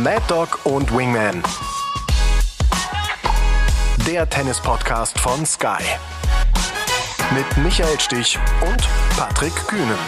Mad Dog und Wingman. Der Tennis-Podcast von Sky. Mit Michael Stich und Patrick Kühnen.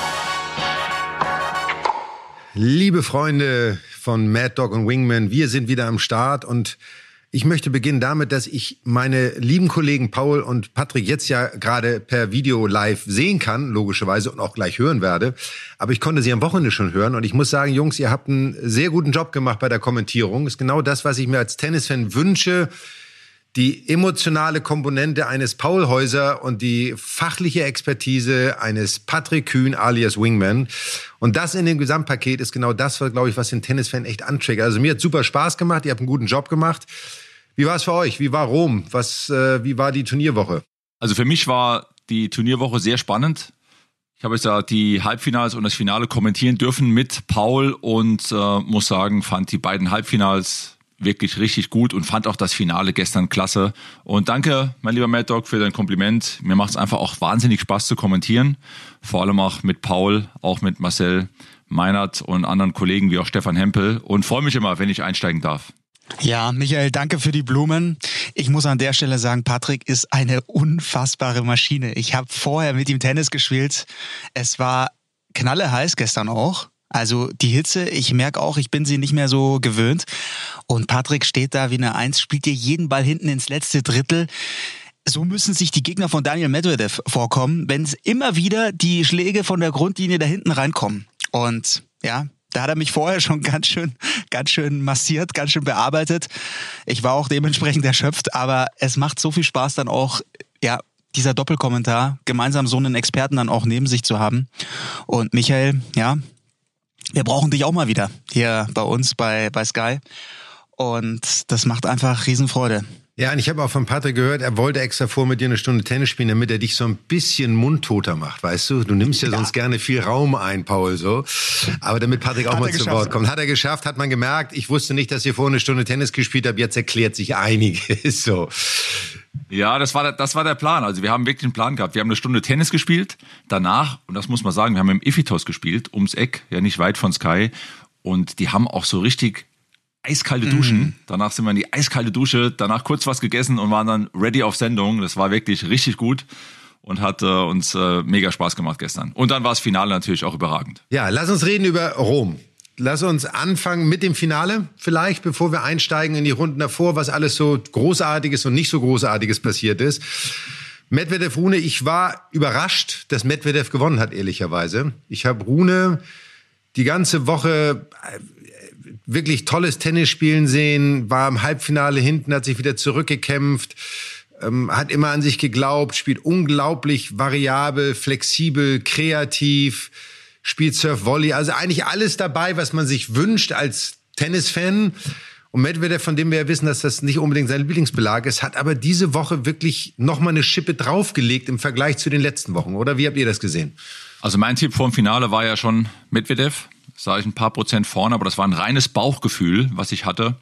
Liebe Freunde von Mad Dog und Wingman, wir sind wieder am Start und ich möchte beginnen damit, dass ich meine lieben Kollegen Paul und Patrick jetzt ja gerade per Video live sehen kann, logischerweise, und auch gleich hören werde. Aber ich konnte sie am Wochenende schon hören und ich muss sagen, Jungs, ihr habt einen sehr guten Job gemacht bei der Kommentierung. Das ist genau das, was ich mir als Tennisfan wünsche. Die emotionale Komponente eines Paul Häuser und die fachliche Expertise eines Patrick Kühn alias Wingman. Und das in dem Gesamtpaket ist genau das, glaube ich, was den Tennisfan echt antriggert. Also mir hat super Spaß gemacht, ihr habt einen guten Job gemacht. Wie war es für euch? Wie war Rom? Wie war die Turnierwoche? Also für mich war die Turnierwoche sehr spannend. Ich habe jetzt ja die Halbfinals und das Finale kommentieren dürfen mit Paul und muss sagen, fand die beiden Halbfinals wirklich richtig gut und fand auch das Finale gestern klasse. Und danke, mein lieber Mad Dog, für dein Kompliment. Mir macht es einfach auch wahnsinnig Spaß zu kommentieren. Vor allem auch mit Paul, auch mit Marcel Meinert und anderen Kollegen wie auch Stefan Hempel. Und freue mich immer, wenn ich einsteigen darf. Ja, Michael, danke für die Blumen. Ich muss an der Stelle sagen, Patrick ist eine unfassbare Maschine. Ich habe vorher mit ihm Tennis gespielt. Es war knalleheiß gestern auch. Also die Hitze, ich merke auch, ich bin sie nicht mehr so gewöhnt. Und Patrick steht da wie eine Eins, spielt dir jeden Ball hinten ins letzte Drittel. So müssen sich die Gegner von Daniil Medvedev vorkommen, wenn es immer wieder die Schläge von der Grundlinie da hinten reinkommen. Und ja, da hat er mich vorher schon ganz schön massiert, ganz schön bearbeitet. Ich war auch dementsprechend erschöpft, aber es macht so viel Spaß dann auch, ja, dieser Doppelkommentar, gemeinsam so einen Experten dann auch neben sich zu haben. Und Michael, ja, wir brauchen dich auch mal wieder hier bei uns bei Sky. Und das macht einfach Riesenfreude. Ja, und ich habe auch von Patrick gehört, er wollte extra vor mit dir eine Stunde Tennis spielen, damit er dich so ein bisschen mundtoter macht, weißt du? Du nimmst ja sonst gerne viel Raum ein, Paul, so. Aber damit Patrick auch mal zu Wort kommt. Hat er geschafft, hat man gemerkt. Ich wusste nicht, dass ihr vorher eine Stunde Tennis gespielt habt. Jetzt erklärt sich einiges, so. Ja, das war der Plan. Also wir haben wirklich einen Plan gehabt. Wir haben eine Stunde Tennis gespielt. Danach, und das muss man sagen, wir haben im Iphitos gespielt, ums Eck, ja nicht weit von Sky. Und die haben auch so richtig eiskalte Duschen. Danach sind wir in die eiskalte Dusche, danach kurz was gegessen und waren dann ready auf Sendung. Das war wirklich richtig gut und hat uns mega Spaß gemacht gestern. Und dann war das Finale natürlich auch überragend. Ja, lass uns reden über Rom. Lass uns anfangen mit dem Finale vielleicht, bevor wir einsteigen in die Runden davor, was alles so Großartiges und nicht so Großartiges passiert ist. Medvedev, Rune, ich war überrascht, dass Medvedev gewonnen hat, ehrlicherweise. Ich habe Rune die ganze Woche wirklich tolles Tennis spielen sehen, war im Halbfinale hinten, hat sich wieder zurückgekämpft, hat immer an sich geglaubt, spielt unglaublich variabel, flexibel, kreativ, spielt Surf-Volley, also eigentlich alles dabei, was man sich wünscht als Tennisfan. Und Medvedev, von dem wir ja wissen, dass das nicht unbedingt sein Lieblingsbelag ist, hat aber diese Woche wirklich nochmal eine Schippe draufgelegt im Vergleich zu den letzten Wochen, oder? Wie habt ihr das gesehen? Also mein Tipp vor dem Finale war ja schon Medvedev. Sah ich ein paar Prozent vorne, aber das war ein reines Bauchgefühl, was ich hatte.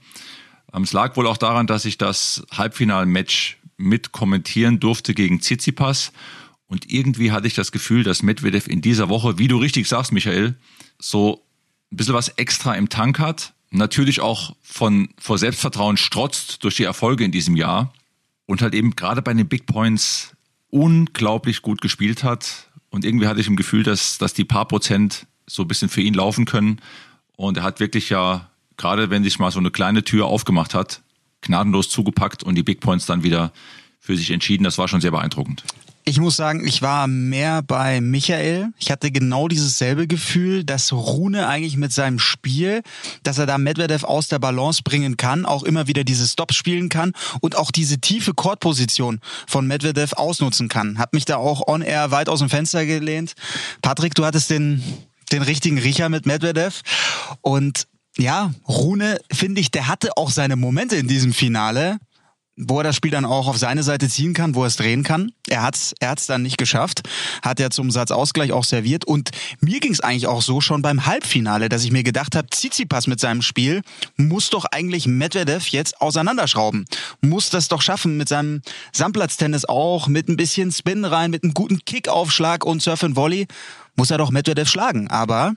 Es lag wohl auch daran, dass ich das Halbfinal-Match mit kommentieren durfte gegen Tsitsipas. Und irgendwie hatte ich das Gefühl, dass Medvedev in dieser Woche, wie du richtig sagst, Michael, so ein bisschen was extra im Tank hat. Natürlich auch vor Selbstvertrauen strotzt durch die Erfolge in diesem Jahr. Und halt eben gerade bei den Big Points unglaublich gut gespielt hat. Und irgendwie hatte ich im Gefühl, dass die paar Prozent so ein bisschen für ihn laufen können. Und er hat wirklich ja, gerade wenn sich mal so eine kleine Tür aufgemacht hat, gnadenlos zugepackt und die Big Points dann wieder für sich entschieden. Das war schon sehr beeindruckend. Ich muss sagen, ich war mehr bei Michael. Ich hatte genau dieses selbe Gefühl, dass Rune eigentlich mit seinem Spiel, dass er da Medvedev aus der Balance bringen kann, auch immer wieder diese Stops spielen kann und auch diese tiefe Court-Position von Medvedev ausnutzen kann. Hab mich da auch on-air weit aus dem Fenster gelehnt. Patrick, du hattest den richtigen Riecher mit Medvedev. Und ja, Rune, finde ich, der hatte auch seine Momente in diesem Finale, wo er das Spiel dann auch auf seine Seite ziehen kann, wo er es drehen kann. Er hat's dann nicht geschafft, hat ja zum Satzausgleich auch serviert. Und mir ging es eigentlich auch so schon beim Halbfinale, dass ich mir gedacht habe, Tsitsipas mit seinem Spiel muss doch eigentlich Medvedev jetzt auseinanderschrauben. Muss das doch schaffen mit seinem Sandplatztennis auch, mit ein bisschen Spin rein, mit einem guten Kickaufschlag und Surf and Volley. Muss er doch Medvedev schlagen. Aber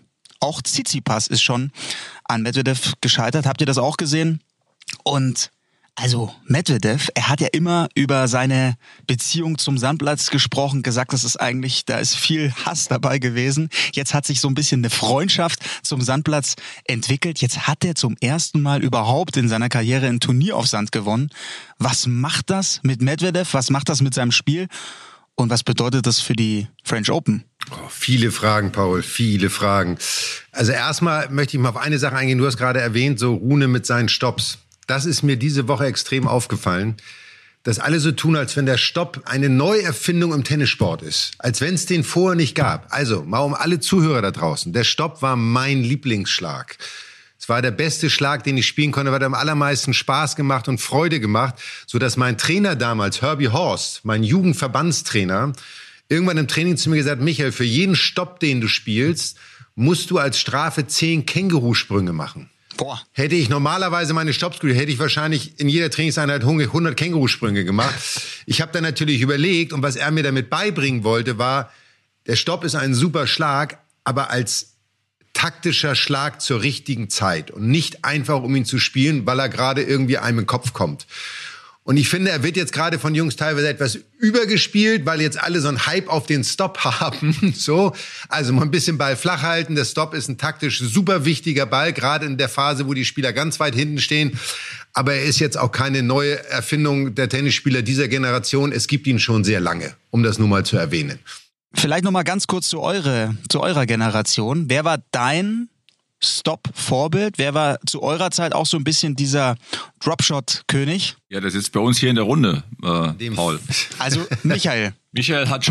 auch Tsitsipas ist schon an Medvedev gescheitert. Habt ihr das auch gesehen? Und also Medvedev, er hat ja immer über seine Beziehung zum Sandplatz gesprochen, gesagt, da ist viel Hass dabei gewesen. Jetzt hat sich so ein bisschen eine Freundschaft zum Sandplatz entwickelt. Jetzt hat er zum ersten Mal überhaupt in seiner Karriere ein Turnier auf Sand gewonnen. Was macht das mit Medvedev? Was macht das mit seinem Spiel? Und was bedeutet das für die French Open? Oh, viele Fragen, Paul, viele Fragen. Also erstmal möchte ich mal auf eine Sache eingehen. Du hast gerade erwähnt, so Rune mit seinen Stopps. Das ist mir diese Woche extrem aufgefallen, dass alle so tun, als wenn der Stopp eine Neuerfindung im Tennissport ist. Als wenn es den vorher nicht gab. Also, mal um alle Zuhörer da draußen. Der Stopp war mein Lieblingsschlag. Es war der beste Schlag, den ich spielen konnte, hat am allermeisten Spaß gemacht und Freude gemacht, sodass mein Trainer damals, Herbie Horst, mein Jugendverbandstrainer, irgendwann im Training zu mir gesagt hat, Michael, für jeden Stopp, den du spielst, musst du als Strafe 10 Kängurusprünge machen. Boah. Hätte ich normalerweise meine Stopps gespielt, hätte ich wahrscheinlich in jeder Trainingseinheit 100 Kängurusprünge gemacht. Ich habe dann natürlich überlegt, und was er mir damit beibringen wollte, war, der Stopp ist ein super Schlag, aber als taktischer Schlag zur richtigen Zeit und nicht einfach, um ihn zu spielen, weil er gerade irgendwie einem in den Kopf kommt. Und ich finde, er wird jetzt gerade von Jungs teilweise etwas übergespielt, weil jetzt alle so einen Hype auf den Stop haben. So, also mal ein bisschen Ball flach halten. Der Stop ist ein taktisch super wichtiger Ball, gerade in der Phase, wo die Spieler ganz weit hinten stehen. Aber er ist jetzt auch keine neue Erfindung der Tennisspieler dieser Generation. Es gibt ihn schon sehr lange, um das nur mal zu erwähnen. Vielleicht noch mal ganz kurz zu eurer Generation. Wer war dein Stop-Vorbild? Wer war zu eurer Zeit auch so ein bisschen dieser Dropshot-König? Ja, der sitzt bei uns hier in der Runde, Paul. Also Michael. Michael hat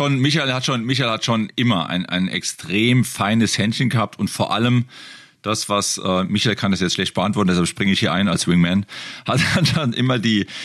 schon immer ein extrem feines Händchen gehabt und vor allem das, was Michael kann das jetzt schlecht beantworten, deshalb springe ich hier ein als Wingman, hat dann immer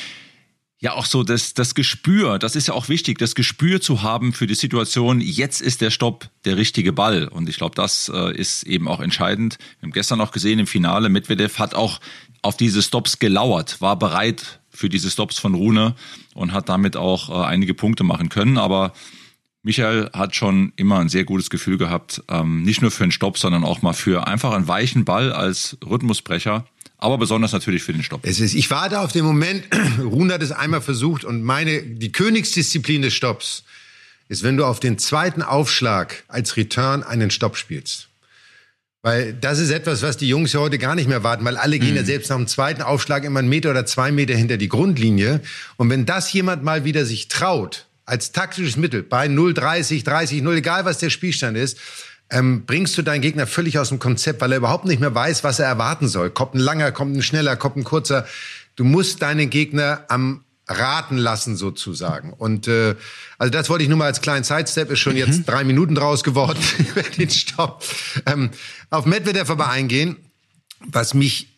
auch so das Gespür, das ist ja auch wichtig, das Gespür zu haben für die Situation, jetzt ist der Stopp der richtige Ball. Und ich glaube, das ist eben auch entscheidend. Wir haben gestern auch gesehen im Finale, Medvedev hat auch auf diese Stops gelauert, war bereit für diese Stops von Rune und hat damit auch einige Punkte machen können. Aber Michael hat schon immer ein sehr gutes Gefühl gehabt, nicht nur für einen Stopp, sondern auch mal für einfach einen weichen Ball als Rhythmusbrecher. Aber besonders natürlich für den Stopp. Ich warte auf den Moment, Rune hat es einmal versucht und die Königsdisziplin des Stopps ist, wenn du auf den zweiten Aufschlag als Return einen Stopp spielst. Weil das ist etwas, was die Jungs ja heute gar nicht mehr warten, weil alle gehen ja selbst nach dem zweiten Aufschlag immer 1 Meter oder 2 Meter hinter die Grundlinie. Und wenn das jemand mal wieder sich traut, als taktisches Mittel, bei 0,30, 30-0, egal was der Spielstand ist, bringst du deinen Gegner völlig aus dem Konzept, weil er überhaupt nicht mehr weiß, was er erwarten soll. Kommt ein langer, kommt ein schneller, kommt ein kurzer. Du musst deinen Gegner am Raten lassen sozusagen. Und also das wollte ich nur mal als kleinen Sidestep, ist schon jetzt 3 Minuten draus geworden über den Stopp. Auf Medvedev aber eingehen. Was mich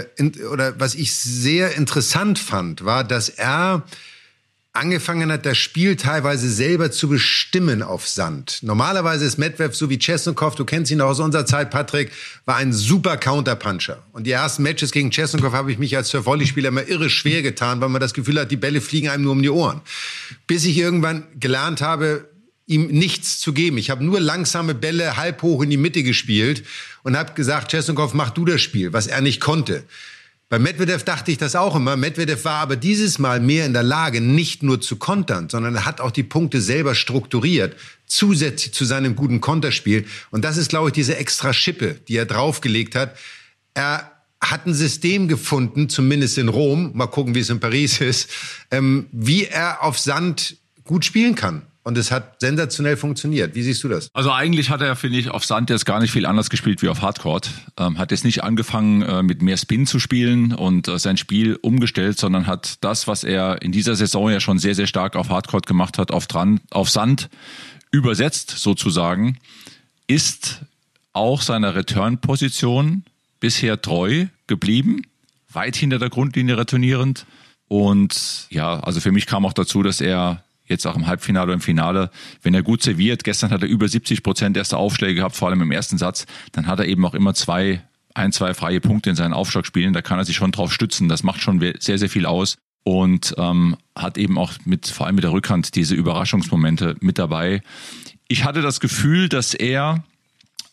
was ich sehr interessant fand, war, dass er angefangen hat, das Spiel teilweise selber zu bestimmen auf Sand. Normalerweise ist Medvedev so wie Chesnokov, du kennst ihn auch aus unserer Zeit, Patrick, war ein super Counterpuncher. Und die ersten Matches gegen Chesnokov habe ich mich als Surf-Volley-Spieler immer irre schwer getan, weil man das Gefühl hat, die Bälle fliegen einem nur um die Ohren. Bis ich irgendwann gelernt habe, ihm nichts zu geben. Ich habe nur langsame Bälle halb hoch in die Mitte gespielt und habe gesagt, Chesnokov, mach du das Spiel, was er nicht konnte. Bei Medvedev dachte ich das auch immer. Medvedev war aber dieses Mal mehr in der Lage, nicht nur zu kontern, sondern er hat auch die Punkte selber strukturiert, zusätzlich zu seinem guten Konterspiel. Und das ist, glaube ich, diese extra Schippe, die er draufgelegt hat. Er hat ein System gefunden, zumindest in Rom, mal gucken, wie es in Paris ist, wie er auf Sand gut spielen kann. Und es hat sensationell funktioniert. Wie siehst du das? Also eigentlich hat er, finde ich, auf Sand jetzt gar nicht viel anders gespielt wie auf Hardcourt. Hat jetzt nicht angefangen mit mehr Spin zu spielen und sein Spiel umgestellt, sondern hat das, was er in dieser Saison ja schon sehr, sehr stark auf Hardcourt gemacht hat, auf Sand übersetzt sozusagen, ist auch seiner Return-Position bisher treu geblieben, weit hinter der Grundlinie returnierend. Und ja, also für mich kam auch dazu, dass er jetzt auch im Halbfinale oder im Finale, wenn er gut serviert, gestern hat er über 70% erste Aufschläge gehabt, vor allem im ersten Satz, dann hat er eben auch immer 2 freie Punkte in seinen Aufschlagspielen, da kann er sich schon drauf stützen, das macht schon sehr, sehr viel aus und hat eben auch vor allem mit der Rückhand diese Überraschungsmomente mit dabei. Ich hatte das Gefühl, dass er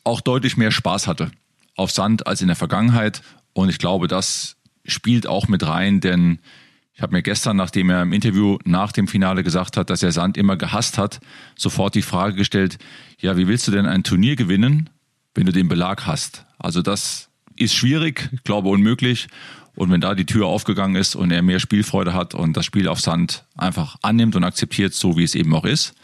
auch deutlich mehr Spaß hatte auf Sand als in der Vergangenheit. Und ich glaube, das spielt auch mit rein, denn ich habe mir gestern, nachdem er im Interview nach dem Finale gesagt hat, dass er Sand immer gehasst hat, sofort die Frage gestellt, ja, wie willst du denn ein Turnier gewinnen, wenn du den Belag hast? Also das ist schwierig, ich glaube unmöglich. Und wenn da die Tür aufgegangen ist und er mehr Spielfreude hat und das Spiel auf Sand einfach annimmt und akzeptiert, so wie es eben auch ist,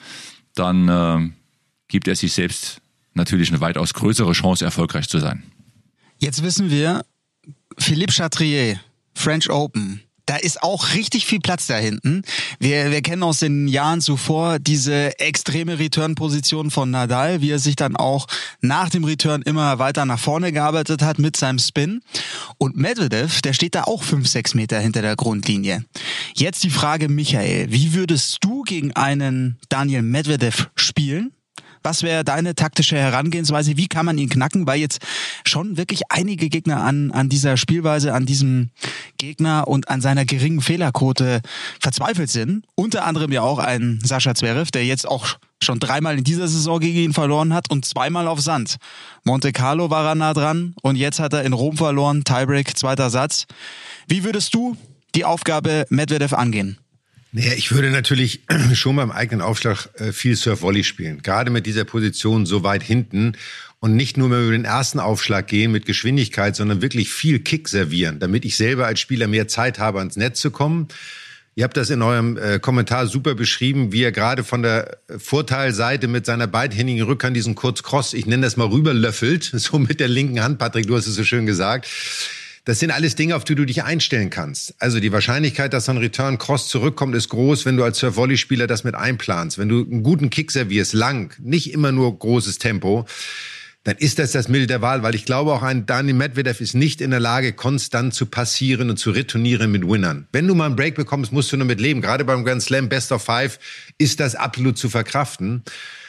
dann gibt er sich selbst natürlich eine weitaus größere Chance, erfolgreich zu sein. Jetzt wissen wir, Philippe Chatrier, French Open, da ist auch richtig viel Platz da hinten. Wir kennen aus den Jahren zuvor diese extreme Return-Position von Nadal, wie er sich dann auch nach dem Return immer weiter nach vorne gearbeitet hat mit seinem Spin. Und Medvedev, der steht da auch 5-6 Meter hinter der Grundlinie. Jetzt die Frage, Michael, wie würdest du gegen einen Daniil Medvedev spielen? Was wäre deine taktische Herangehensweise? Wie kann man ihn knacken? Weil jetzt schon wirklich einige Gegner an dieser Spielweise, an diesem Gegner und an seiner geringen Fehlerquote verzweifelt sind. Unter anderem ja auch ein Sascha Zverev, der jetzt auch schon 3-mal in dieser Saison gegen ihn verloren hat und 2-mal auf Sand. Monte Carlo war er nah dran und jetzt hat er in Rom verloren. Tiebreak, 2. Satz. Wie würdest du die Aufgabe Medvedev angehen? Naja, ich würde natürlich schon beim eigenen Aufschlag viel Surf-Volley spielen. Gerade mit dieser Position so weit hinten und nicht nur mehr über den ersten Aufschlag gehen mit Geschwindigkeit, sondern wirklich viel Kick servieren, damit ich selber als Spieler mehr Zeit habe, ans Netz zu kommen. Ihr habt das in eurem Kommentar super beschrieben, wie er gerade von der Vorteilseite mit seiner beidhändigen Rückhand diesen Kurz-Cross, ich nenne das mal rüberlöffelt, so mit der linken Hand. Patrick, du hast es so schön gesagt. Das sind alles Dinge, auf die du dich einstellen kannst. Also die Wahrscheinlichkeit, dass so ein Return-Cross zurückkommt, ist groß, wenn du als Surf-Volley-Spieler das mit einplanst. Wenn du einen guten Kick servierst, lang, nicht immer nur großes Tempo, dann ist das Mittel der Wahl, weil ich glaube, auch ein Daniil Medvedev ist nicht in der Lage, konstant zu passieren und zu retournieren mit Winnern. Wenn du mal einen Break bekommst, musst du damit leben. Gerade beim Grand Slam Best of 5 ist das absolut zu verkraften.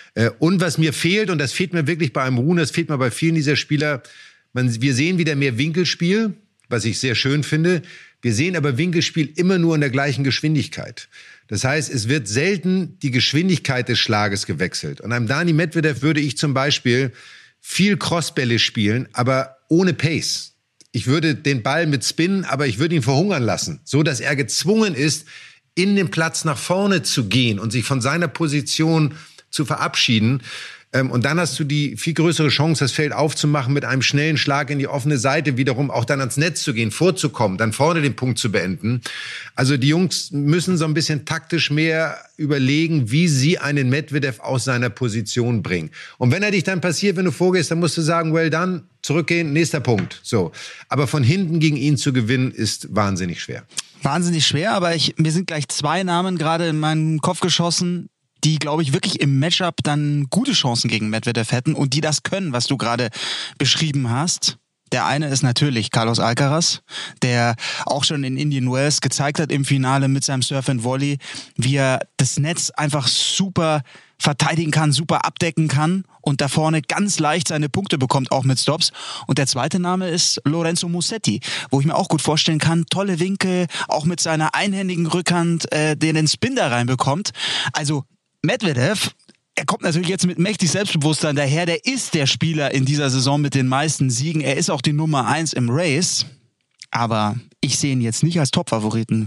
Und was mir fehlt, und das fehlt mir wirklich bei einem Rune, das fehlt mir bei vielen dieser Spieler, wir sehen wieder mehr Winkelspiel, was ich sehr schön finde. Wir sehen aber Winkelspiel immer nur in der gleichen Geschwindigkeit. Das heißt, es wird selten die Geschwindigkeit des Schlages gewechselt. Und einem Daniil Medvedev würde ich zum Beispiel viel Crossbälle spielen, aber ohne Pace. Ich würde den Ball mit Spin, aber ich würde ihn verhungern lassen, so dass er gezwungen ist, in den Platz nach vorne zu gehen und sich von seiner Position zu verabschieden. Und dann hast du die viel größere Chance, das Feld aufzumachen, mit einem schnellen Schlag in die offene Seite wiederum auch dann ans Netz zu gehen, vorzukommen, dann vorne den Punkt zu beenden. Also die Jungs müssen so ein bisschen taktisch mehr überlegen, wie sie einen Medvedev aus seiner Position bringen. Und wenn er dich dann passiert, wenn du vorgehst, dann musst du sagen, well done, zurückgehen, nächster Punkt. So. Aber von hinten gegen ihn zu gewinnen, ist wahnsinnig schwer. Wahnsinnig schwer, aber mir sind gleich 2 Namen gerade in meinen Kopf geschossen, die, glaube ich, wirklich im Matchup dann gute Chancen gegen Medvedev hätten und die das können, was du gerade beschrieben hast. Der eine ist natürlich Carlos Alcaraz, der auch schon in Indian Wells gezeigt hat im Finale mit seinem Surf and Volley, wie er das Netz einfach super verteidigen kann, super abdecken kann und da vorne ganz leicht seine Punkte bekommt, auch mit Stops. Und der zweite Name ist Lorenzo Musetti, wo ich mir auch gut vorstellen kann, tolle Winkel, auch mit seiner einhändigen Rückhand, den Spin da reinbekommt. Also Medvedev, er kommt natürlich jetzt mit mächtig Selbstbewusstsein daher. Der ist der Spieler in dieser Saison mit den meisten Siegen. Er ist auch die Nummer 1 im Race. Aber ich sehe ihn jetzt nicht als Top-Favoriten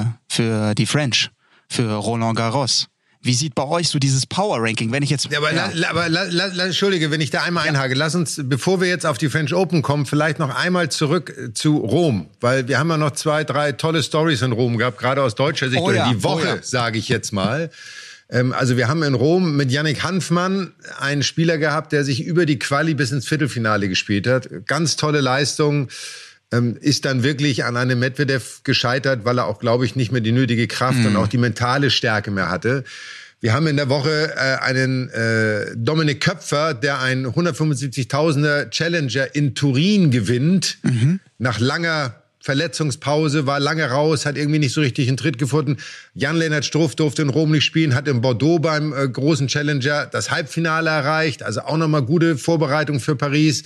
für die French, für Roland Garros. Wie sieht bei euch so dieses Power-Ranking, wenn ich jetzt... Ja, Entschuldige, wenn ich da einmal einhake. Lass uns, bevor wir jetzt auf die French Open kommen, vielleicht noch einmal zurück zu Rom. Weil wir haben ja noch 2, 3 tolle Stories in Rom gehabt, gerade aus deutscher Sicht. Die Woche, sage ich jetzt mal. Also wir haben in Rom mit Yannick Hanfmann einen Spieler gehabt, der sich über die Quali bis ins Viertelfinale gespielt hat. Ganz tolle Leistung. Ist dann wirklich an einem Medvedev gescheitert, weil er auch, glaube ich, nicht mehr die nötige Kraft und auch die mentale Stärke mehr hatte. Wir haben in der Woche einen Dominik Köpfer, der einen 175.000er Challenger in Turin gewinnt, nach langer Verletzungspause, war lange raus, hat irgendwie nicht so richtig einen Tritt gefunden. Jan-Lennart Struff durfte in Rom nicht spielen, hat in Bordeaux beim großen Challenger das Halbfinale erreicht. Also auch nochmal gute Vorbereitung für Paris.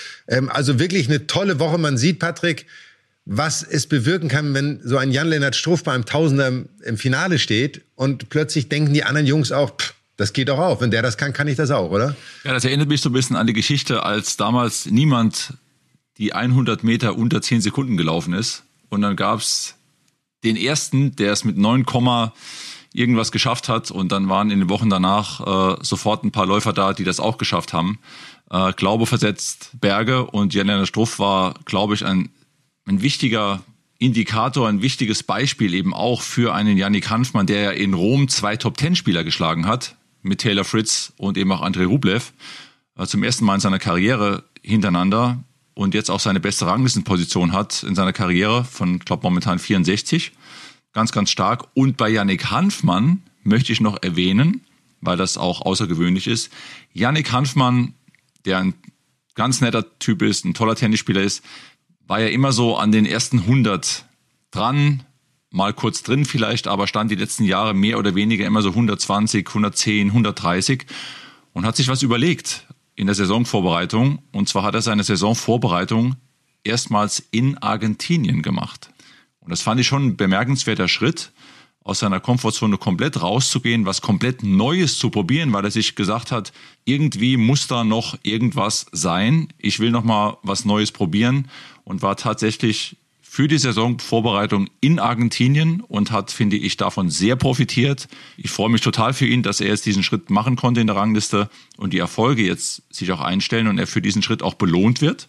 Also wirklich eine tolle Woche. Man sieht, Patrick, was es bewirken kann, wenn so ein Jan-Lennart Struff beim Tausender im Finale steht und plötzlich denken die anderen Jungs auch, Das geht doch auch. Wenn der das kann ich das auch, oder? Ja, das erinnert mich so ein bisschen an die Geschichte, als damals niemand die 100 Meter unter 10 Sekunden gelaufen ist. Und dann gab es den ersten, der es mit 9, irgendwas geschafft hat. Und dann waren in den Wochen danach sofort ein paar Läufer da, die das auch geschafft haben. Glaube versetzt Berge. Und Jan-Lennart Struff war, glaube ich, ein wichtiger Indikator, ein wichtiges Beispiel eben auch für einen Yannick Hanfmann, der ja in Rom 2 Top-10-Spieler geschlagen hat, mit Taylor Fritz und eben auch Andrei Rublev, zum ersten Mal in seiner Karriere hintereinander und jetzt auch seine beste Ranglistenposition hat in seiner Karriere von, ich glaube, momentan 64. Ganz, ganz stark. Und bei Yannick Hanfmann möchte ich noch erwähnen, weil das auch außergewöhnlich ist, Yannick Hanfmann, der ein ganz netter Typ ist, ein toller Tennisspieler ist, war ja immer so an den ersten 100 dran, mal kurz drin vielleicht, aber stand die letzten Jahre mehr oder weniger immer so 120, 110, 130 und hat sich was überlegt in der Saisonvorbereitung. Und zwar hat er seine Saisonvorbereitung erstmals in Argentinien gemacht. Und das fand ich schon ein bemerkenswerter Schritt, aus seiner Komfortzone komplett rauszugehen, was komplett Neues zu probieren, weil er sich gesagt hat, irgendwie muss da noch irgendwas sein. Ich will noch mal was Neues probieren und war tatsächlich für die Saisonvorbereitung in Argentinien und hat, finde ich, davon sehr profitiert. Ich freue mich total für ihn, dass er jetzt diesen Schritt machen konnte in der Rangliste und die Erfolge jetzt sich auch einstellen und er für diesen Schritt auch belohnt wird.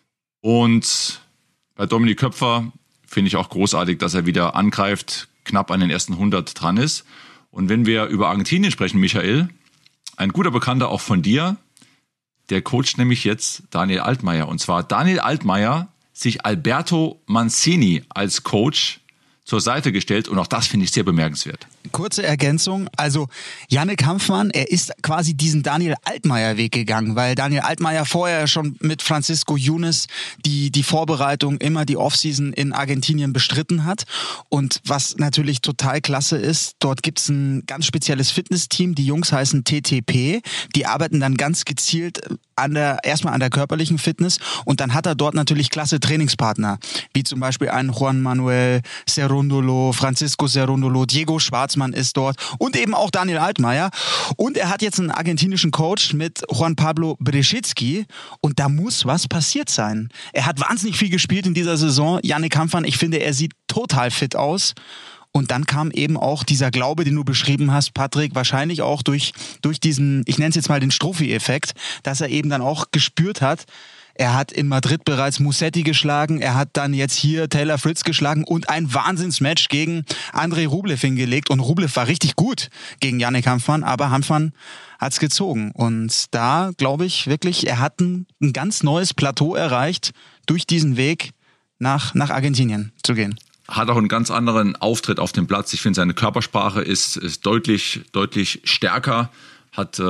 Und bei Dominik Köpfer finde ich auch großartig, dass er wieder angreift, knapp an den ersten 100 dran ist. Und wenn wir über Argentinien sprechen, Michael, ein guter Bekannter auch von dir, der coacht nämlich jetzt Daniel Altmaier. Und zwar Daniel Altmaier sich Alberto Mancini als Coach zur Seite gestellt und auch das finde ich sehr bemerkenswert. Kurze Ergänzung, also Yannick Hanfmann, er ist quasi diesen Daniel Altmaier Weg gegangen, weil Daniel Altmaier vorher schon mit Francisco Yunes die Vorbereitung, immer die Offseason in Argentinien bestritten hat und was natürlich total klasse ist, dort gibt's ein ganz spezielles Fitnessteam, die Jungs heißen TTP, die arbeiten dann ganz gezielt erstmal an der körperlichen Fitness und dann hat er dort natürlich klasse Trainingspartner, wie zum Beispiel einen Juan Manuel Cerundolo, Francisco Cerundolo, Diego Schwartzmann ist dort und eben auch Daniel Altmaier. Und er hat jetzt einen argentinischen Coach mit Juan Pablo Bereschitsky und da muss was passiert sein. Er hat wahnsinnig viel gespielt in dieser Saison. Yannick Hanfmann, ich finde, er sieht total fit aus. Und dann kam eben auch dieser Glaube, den du beschrieben hast, Patrick, wahrscheinlich auch durch diesen, ich nenne es jetzt mal den Strophi-Effekt, dass er eben dann auch gespürt hat, er hat in Madrid bereits Musetti geschlagen, er hat dann jetzt hier Taylor Fritz geschlagen und ein Wahnsinnsmatch gegen Andrei Rublev hingelegt. Und Rublev war richtig gut gegen Yannick Hanfmann, aber Hanfmann hat's gezogen. Und da glaube ich wirklich, er hat ein ganz neues Plateau erreicht, durch diesen Weg nach Argentinien zu gehen. Hat auch einen ganz anderen Auftritt auf dem Platz. Ich finde, seine Körpersprache ist deutlich stärker, hat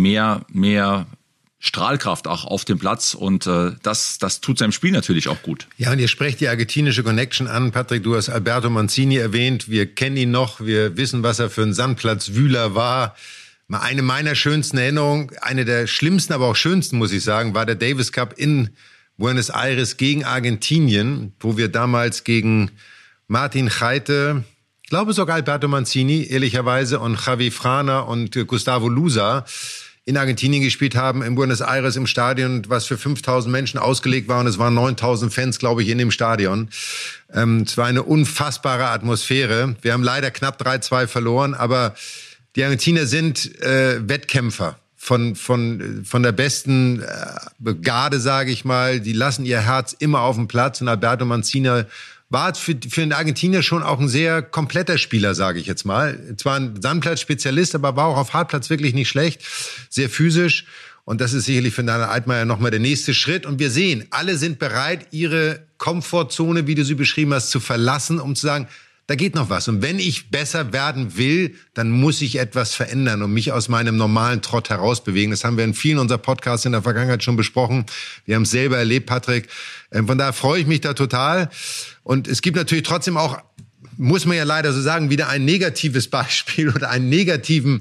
mehr Strahlkraft auch auf dem Platz und das tut seinem Spiel natürlich auch gut. Ja, und ihr sprecht die argentinische Connection an. Patrick, du hast Alberto Mancini erwähnt. Wir kennen ihn noch. Wir wissen, was er für ein Sandplatzwühler war. Mal eine meiner schönsten Erinnerungen, eine der schlimmsten, aber auch schönsten, muss ich sagen, war der Davis Cup in Buenos Aires gegen Argentinien, wo wir damals gegen Martin Chaite, ich glaube sogar Alberto Mancini, ehrlicherweise, und Javi Frana und Gustavo Lusa in Argentinien gespielt haben, in Buenos Aires im Stadion, was für 5.000 Menschen ausgelegt war und es waren 9.000 Fans, glaube ich, in dem Stadion. Es war eine unfassbare Atmosphäre. Wir haben leider knapp 3-2 verloren, aber die Argentinier sind Wettkämpfer von der besten Garde, sage ich mal. Die lassen ihr Herz immer auf dem Platz und Alberto Mancini war für den Argentinier schon auch ein sehr kompletter Spieler, sage ich jetzt mal. Zwar ein Sandplatz-Spezialist, aber war auch auf Hartplatz wirklich nicht schlecht. Sehr physisch. Und das ist sicherlich für Daniel Altmaier nochmal der nächste Schritt. Und wir sehen, alle sind bereit, ihre Komfortzone, wie du sie beschrieben hast, zu verlassen, um zu sagen, da geht noch was. Und wenn ich besser werden will, dann muss ich etwas verändern und mich aus meinem normalen Trott herausbewegen. Das haben wir in vielen unserer Podcasts in der Vergangenheit schon besprochen. Wir haben es selber erlebt, Patrick. Von daher freue ich mich da total. Und es gibt natürlich trotzdem auch, muss man ja leider so sagen, wieder ein negatives Beispiel oder einen negativen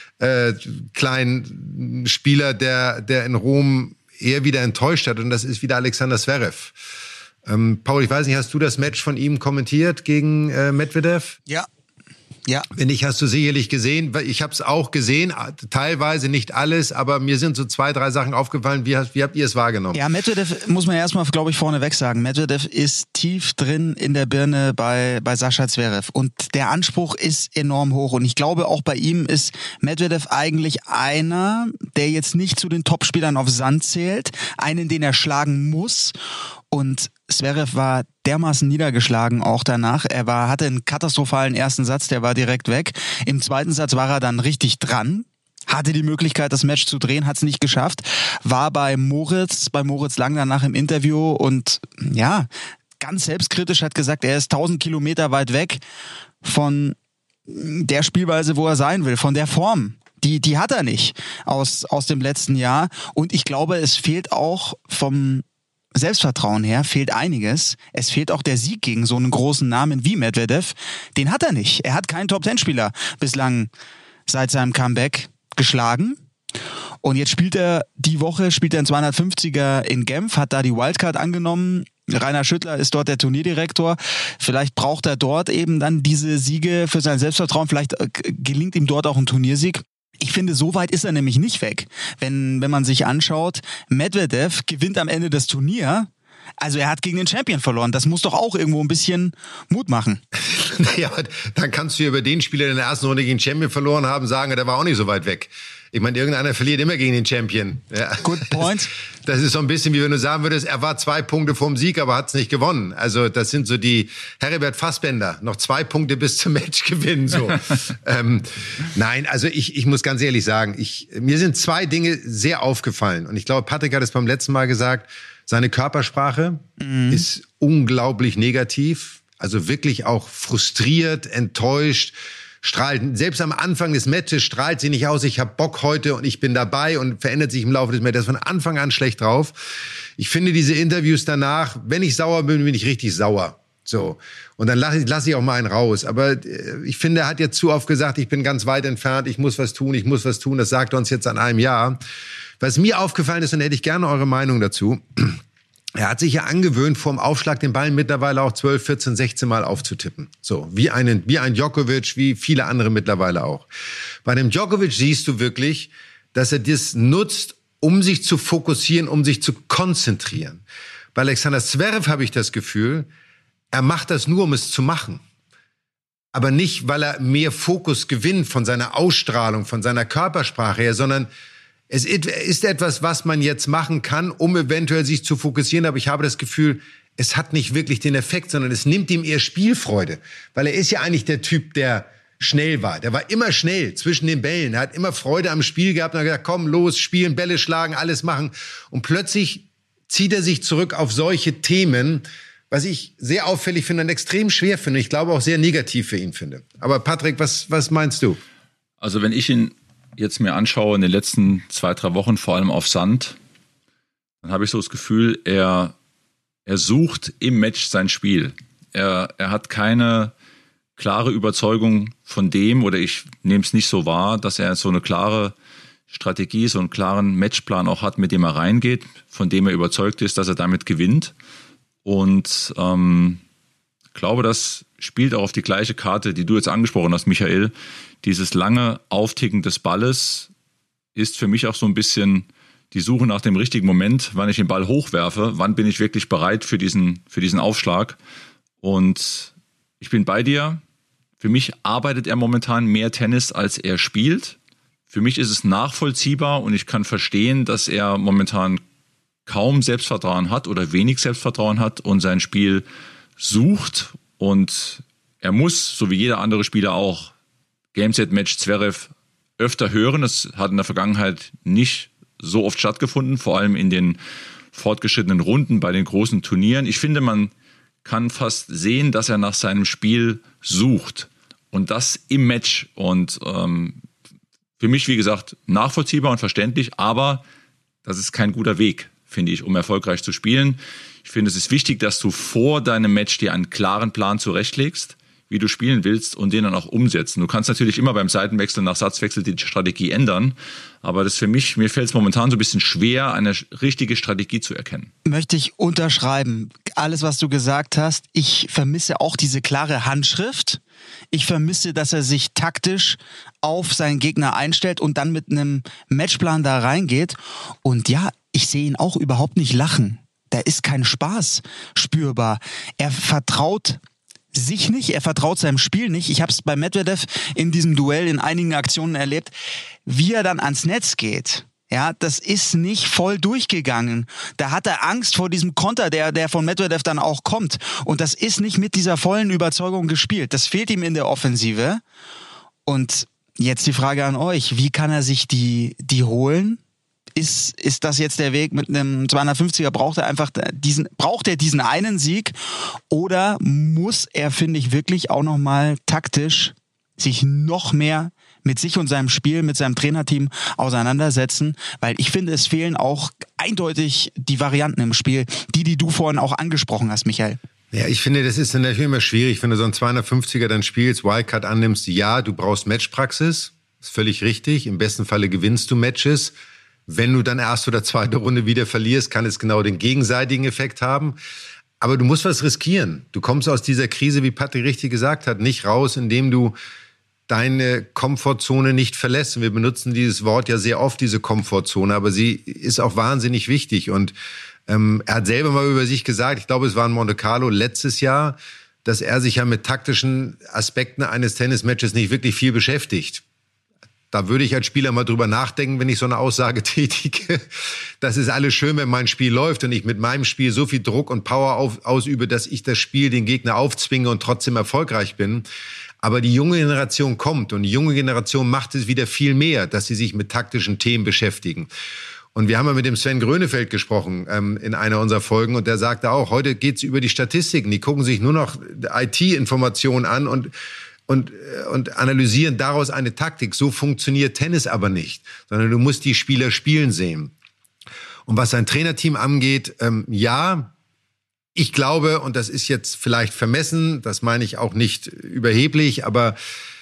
kleinen Spieler, der in Rom eher wieder enttäuscht hat. Und das ist wieder Alexander Zverev. Paul, ich weiß nicht, hast du das Match von ihm kommentiert gegen Medvedev? Ja, Ja. Wenn nicht, hast du sicherlich gesehen. Ich habe es auch gesehen, teilweise nicht alles, aber mir sind so 2, 3 Sachen aufgefallen. Wie habt ihr es wahrgenommen? Ja, Medvedev muss man erstmal, glaube ich, vorneweg sagen. Medvedev ist tief drin in der Birne bei Sascha Zverev und der Anspruch ist enorm hoch und ich glaube, auch bei ihm ist Medvedev eigentlich einer, der jetzt nicht zu den Topspielern auf Sand zählt, einen, den er schlagen muss. Und Zverev war dermaßen niedergeschlagen auch danach. Er hatte einen katastrophalen ersten Satz, der war direkt weg. Im zweiten Satz war er dann richtig dran, hatte die Möglichkeit, das Match zu drehen, hat es nicht geschafft. War bei Moritz Lang danach im Interview und ja, ganz selbstkritisch hat gesagt, er ist 1000 Kilometer weit weg von der Spielweise, wo er sein will, von der Form. Die hat er nicht aus dem letzten Jahr. Und ich glaube, es fehlt auch vom Selbstvertrauen her, fehlt einiges. Es fehlt auch der Sieg gegen so einen großen Namen wie Medvedev. Den hat er nicht. Er hat keinen Top-10-Spieler bislang seit seinem Comeback geschlagen. Und jetzt spielt er ein 250er in Genf, hat da die Wildcard angenommen. Rainer Schüttler ist dort der Turnierdirektor. Vielleicht braucht er dort eben dann diese Siege für sein Selbstvertrauen. Vielleicht gelingt ihm dort auch ein Turniersieg. Ich finde, so weit ist er nämlich nicht weg. Wenn man sich anschaut, Medvedev gewinnt am Ende das Turnier. Also er hat gegen den Champion verloren. Das muss doch auch irgendwo ein bisschen Mut machen. Naja, dann kannst du über den Spieler, der in der ersten Runde gegen den Champion verloren haben, sagen, der war auch nicht so weit weg. Ich meine, irgendeiner verliert immer gegen den Champion. Ja. Good point. Das ist so ein bisschen, wie wenn du sagen würdest, er war 2 Punkte vom Sieg, aber hat es nicht gewonnen. Also das sind so die Heribert Fassbender. Noch 2 Punkte bis zum Match gewinnen. So. Nein, also ich muss ganz ehrlich sagen, mir sind 2 Dinge sehr aufgefallen. Und ich glaube, Patrick hat es beim letzten Mal gesagt, seine Körpersprache ist unglaublich negativ. Also wirklich auch frustriert, enttäuscht. Strahlt, selbst am Anfang des Matches strahlt sie nicht aus, ich habe Bock heute und ich bin dabei und verändert sich im Laufe des Matches von Anfang an schlecht drauf. Ich finde diese Interviews danach, wenn ich sauer bin, bin ich richtig sauer. So. Und dann lass ich auch mal einen raus. Aber ich finde, er hat jetzt zu oft gesagt, ich bin ganz weit entfernt, ich muss was tun. Das sagt er uns jetzt an einem Jahr. Was mir aufgefallen ist, und hätte ich gerne eure Meinung dazu, er hat sich ja angewöhnt, vorm Aufschlag den Ball mittlerweile auch 12, 14, 16 Mal aufzutippen. So, wie ein Djokovic, wie viele andere mittlerweile auch. Bei dem Djokovic siehst du wirklich, dass er das nutzt, um sich zu fokussieren, um sich zu konzentrieren. Bei Alexander Zverev habe ich das Gefühl, er macht das nur, um es zu machen. Aber nicht, weil er mehr Fokus gewinnt von seiner Ausstrahlung, von seiner Körpersprache her, sondern es ist etwas, was man jetzt machen kann, um eventuell sich zu fokussieren. Aber ich habe das Gefühl, es hat nicht wirklich den Effekt, sondern es nimmt ihm eher Spielfreude. Weil er ist ja eigentlich der Typ, der schnell war. Der war immer schnell zwischen den Bällen. Er hat immer Freude am Spiel gehabt und hat gesagt, komm, los, spielen, Bälle schlagen, alles machen. Und plötzlich zieht er sich zurück auf solche Themen, was ich sehr auffällig finde und extrem schwer finde. Ich glaube auch sehr negativ für ihn finde. Aber Patrick, was meinst du? Also wenn ich ihn jetzt mir anschaue in den letzten 2, 3 Wochen, vor allem auf Sand, dann habe ich so das Gefühl, er sucht im Match sein Spiel. Er hat keine klare Überzeugung von dem, oder ich nehme es nicht so wahr, dass er so eine klare Strategie, so einen klaren Matchplan auch hat, mit dem er reingeht, von dem er überzeugt ist, dass er damit gewinnt. Und glaube, das spielt auch auf die gleiche Karte, die du jetzt angesprochen hast, Michael. Dieses lange Aufticken des Balles ist für mich auch so ein bisschen die Suche nach dem richtigen Moment, wann ich den Ball hochwerfe, wann bin ich wirklich bereit für diesen Aufschlag. Und ich bin bei dir. Für mich arbeitet er momentan mehr Tennis, als er spielt. Für mich ist es nachvollziehbar und ich kann verstehen, dass er momentan kaum Selbstvertrauen hat oder wenig Selbstvertrauen hat und sein Spiel sucht. Und er muss, so wie jeder andere Spieler auch, Game-Set-Match Zverev öfter hören. Das hat in der Vergangenheit nicht so oft stattgefunden, vor allem in den fortgeschrittenen Runden bei den großen Turnieren. Ich finde, man kann fast sehen, dass er nach seinem Spiel sucht und das im Match. Und für mich, wie gesagt, nachvollziehbar und verständlich, aber das ist kein guter Weg, finde ich, um erfolgreich zu spielen. Ich finde, es ist wichtig, dass du vor deinem Match dir einen klaren Plan zurechtlegst. wie du spielen willst und den dann auch umsetzen. Du kannst natürlich immer beim Seitenwechsel nach Satzwechsel die Strategie ändern, aber das für mich, mir fällt es momentan so ein bisschen schwer, eine richtige Strategie zu erkennen. Möchte ich unterschreiben. Alles, was du gesagt hast. Ich vermisse auch diese klare Handschrift. Ich vermisse, dass er sich taktisch auf seinen Gegner einstellt und dann mit einem Matchplan da reingeht. Und ja, ich sehe ihn auch überhaupt nicht lachen. Da ist kein Spaß spürbar. Er vertraut sich nicht, er vertraut seinem Spiel nicht. Ich habe es bei Medvedev in diesem Duell in einigen Aktionen erlebt, wie er dann ans Netz geht. Ja, das ist nicht voll durchgegangen. Da hat er Angst vor diesem Konter, der von Medvedev dann auch kommt. Und das ist nicht mit dieser vollen Überzeugung gespielt. Das fehlt ihm in der Offensive. Und jetzt die Frage an euch, wie kann er sich die holen? Ist das jetzt der Weg mit einem 250er? Braucht er diesen einen Sieg? Oder muss er, finde ich, wirklich auch nochmal taktisch sich noch mehr mit sich und seinem Spiel, mit seinem Trainerteam auseinandersetzen? Weil ich finde, es fehlen auch eindeutig die Varianten im Spiel, die du vorhin auch angesprochen hast, Michael. Ja, ich finde, das ist dann natürlich immer schwierig, wenn du so einen 250er dann spielst, Wildcard annimmst. Ja, du brauchst Matchpraxis, ist völlig richtig. Im besten Falle gewinnst du Matches. Wenn du dann erste oder zweite Runde wieder verlierst, kann es genau den gegenseitigen Effekt haben. Aber du musst was riskieren. Du kommst aus dieser Krise, wie Patrick richtig gesagt hat, nicht raus, indem du deine Komfortzone nicht verlässt. Wir benutzen dieses Wort ja sehr oft, diese Komfortzone, aber sie ist auch wahnsinnig wichtig. Und er hat selber mal über sich gesagt, ich glaube, es war in Monte Carlo letztes Jahr, dass er sich ja mit taktischen Aspekten eines Tennismatches nicht wirklich viel beschäftigt. Da würde ich als Spieler mal drüber nachdenken, wenn ich so eine Aussage tätige. Das ist alles schön, wenn mein Spiel läuft und ich mit meinem Spiel so viel Druck und Power ausübe, dass ich das Spiel den Gegner aufzwinge und trotzdem erfolgreich bin. Aber die junge Generation kommt und die junge Generation macht es wieder viel mehr, dass sie sich mit taktischen Themen beschäftigen. Und wir haben ja mit dem Sven Grönefeld gesprochen in einer unserer Folgen und der sagte auch, heute geht's über die Statistiken. Die gucken sich nur noch IT-Informationen an und analysieren daraus eine Taktik. So funktioniert Tennis aber nicht, sondern du musst die Spieler spielen sehen. Und was sein Trainerteam angeht, ja, ich glaube, und das ist jetzt vielleicht vermessen, das meine ich auch nicht überheblich, aber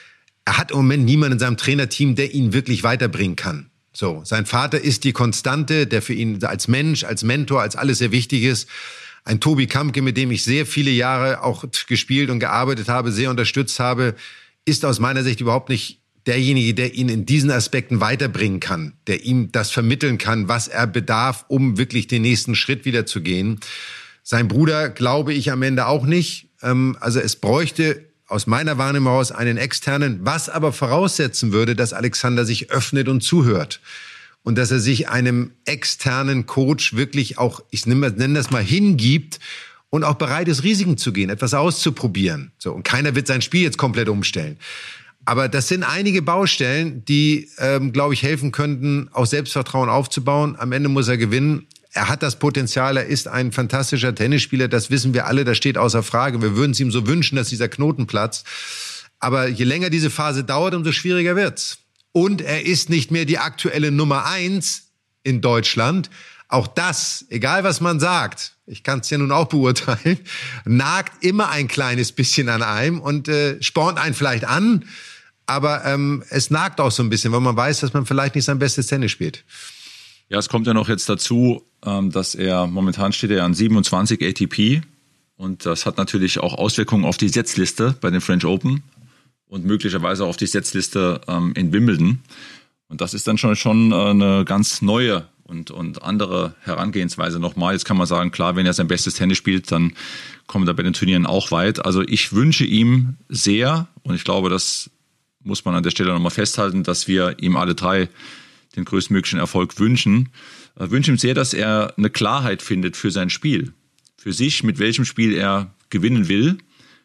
er hat im Moment niemanden in seinem Trainerteam, der ihn wirklich weiterbringen kann. So, sein Vater ist die Konstante, der für ihn als Mensch, als Mentor, als alles sehr wichtig ist. Ein Tobi Kampke, mit dem ich sehr viele Jahre auch gespielt und gearbeitet habe, sehr unterstützt habe, ist aus meiner Sicht überhaupt nicht derjenige, der ihn in diesen Aspekten weiterbringen kann, der ihm das vermitteln kann, was er bedarf, um wirklich den nächsten Schritt wieder zu gehen. Sein Bruder glaube ich am Ende auch nicht. Also es bräuchte aus meiner Wahrnehmung heraus einen externen, was aber voraussetzen würde, dass Alexander sich öffnet und zuhört. Und dass er sich einem externen Coach wirklich auch, ich nenne das mal, hingibt und auch bereit ist, Risiken zu gehen, etwas auszuprobieren. So, und keiner wird sein Spiel jetzt komplett umstellen. Aber das sind einige Baustellen, die, glaube ich, helfen könnten, auch Selbstvertrauen aufzubauen. Am Ende muss er gewinnen. Er hat das Potenzial, er ist ein fantastischer Tennisspieler, das wissen wir alle, das steht außer Frage. Wir würden es ihm so wünschen, dass dieser Knoten platzt. Aber je länger diese Phase dauert, umso schwieriger wird's. Und er ist nicht mehr die aktuelle Nummer 1 in Deutschland. Auch das, egal was man sagt, ich kann es ja nun auch beurteilen, nagt immer ein kleines bisschen an einem und spornt einen vielleicht an. Aber es nagt auch so ein bisschen, weil man weiß, dass man vielleicht nicht sein bestes Tennis spielt. Ja, es kommt ja noch jetzt dazu, dass momentan steht er an 27 ATP und das hat natürlich auch Auswirkungen auf die Setzliste bei den French Open und möglicherweise auf die Setzliste in Wimbledon. Und das ist dann schon eine ganz neue und andere Herangehensweise nochmal. Jetzt kann man sagen, klar, wenn er sein bestes Tennis spielt, dann kommt er bei den Turnieren auch weit. Also ich wünsche ihm sehr, und ich glaube, das muss man an der Stelle nochmal festhalten, dass wir ihm alle drei den größtmöglichen Erfolg wünschen. Ich wünsche ihm sehr, dass er eine Klarheit findet für sein Spiel. Für sich, mit welchem Spiel er gewinnen will.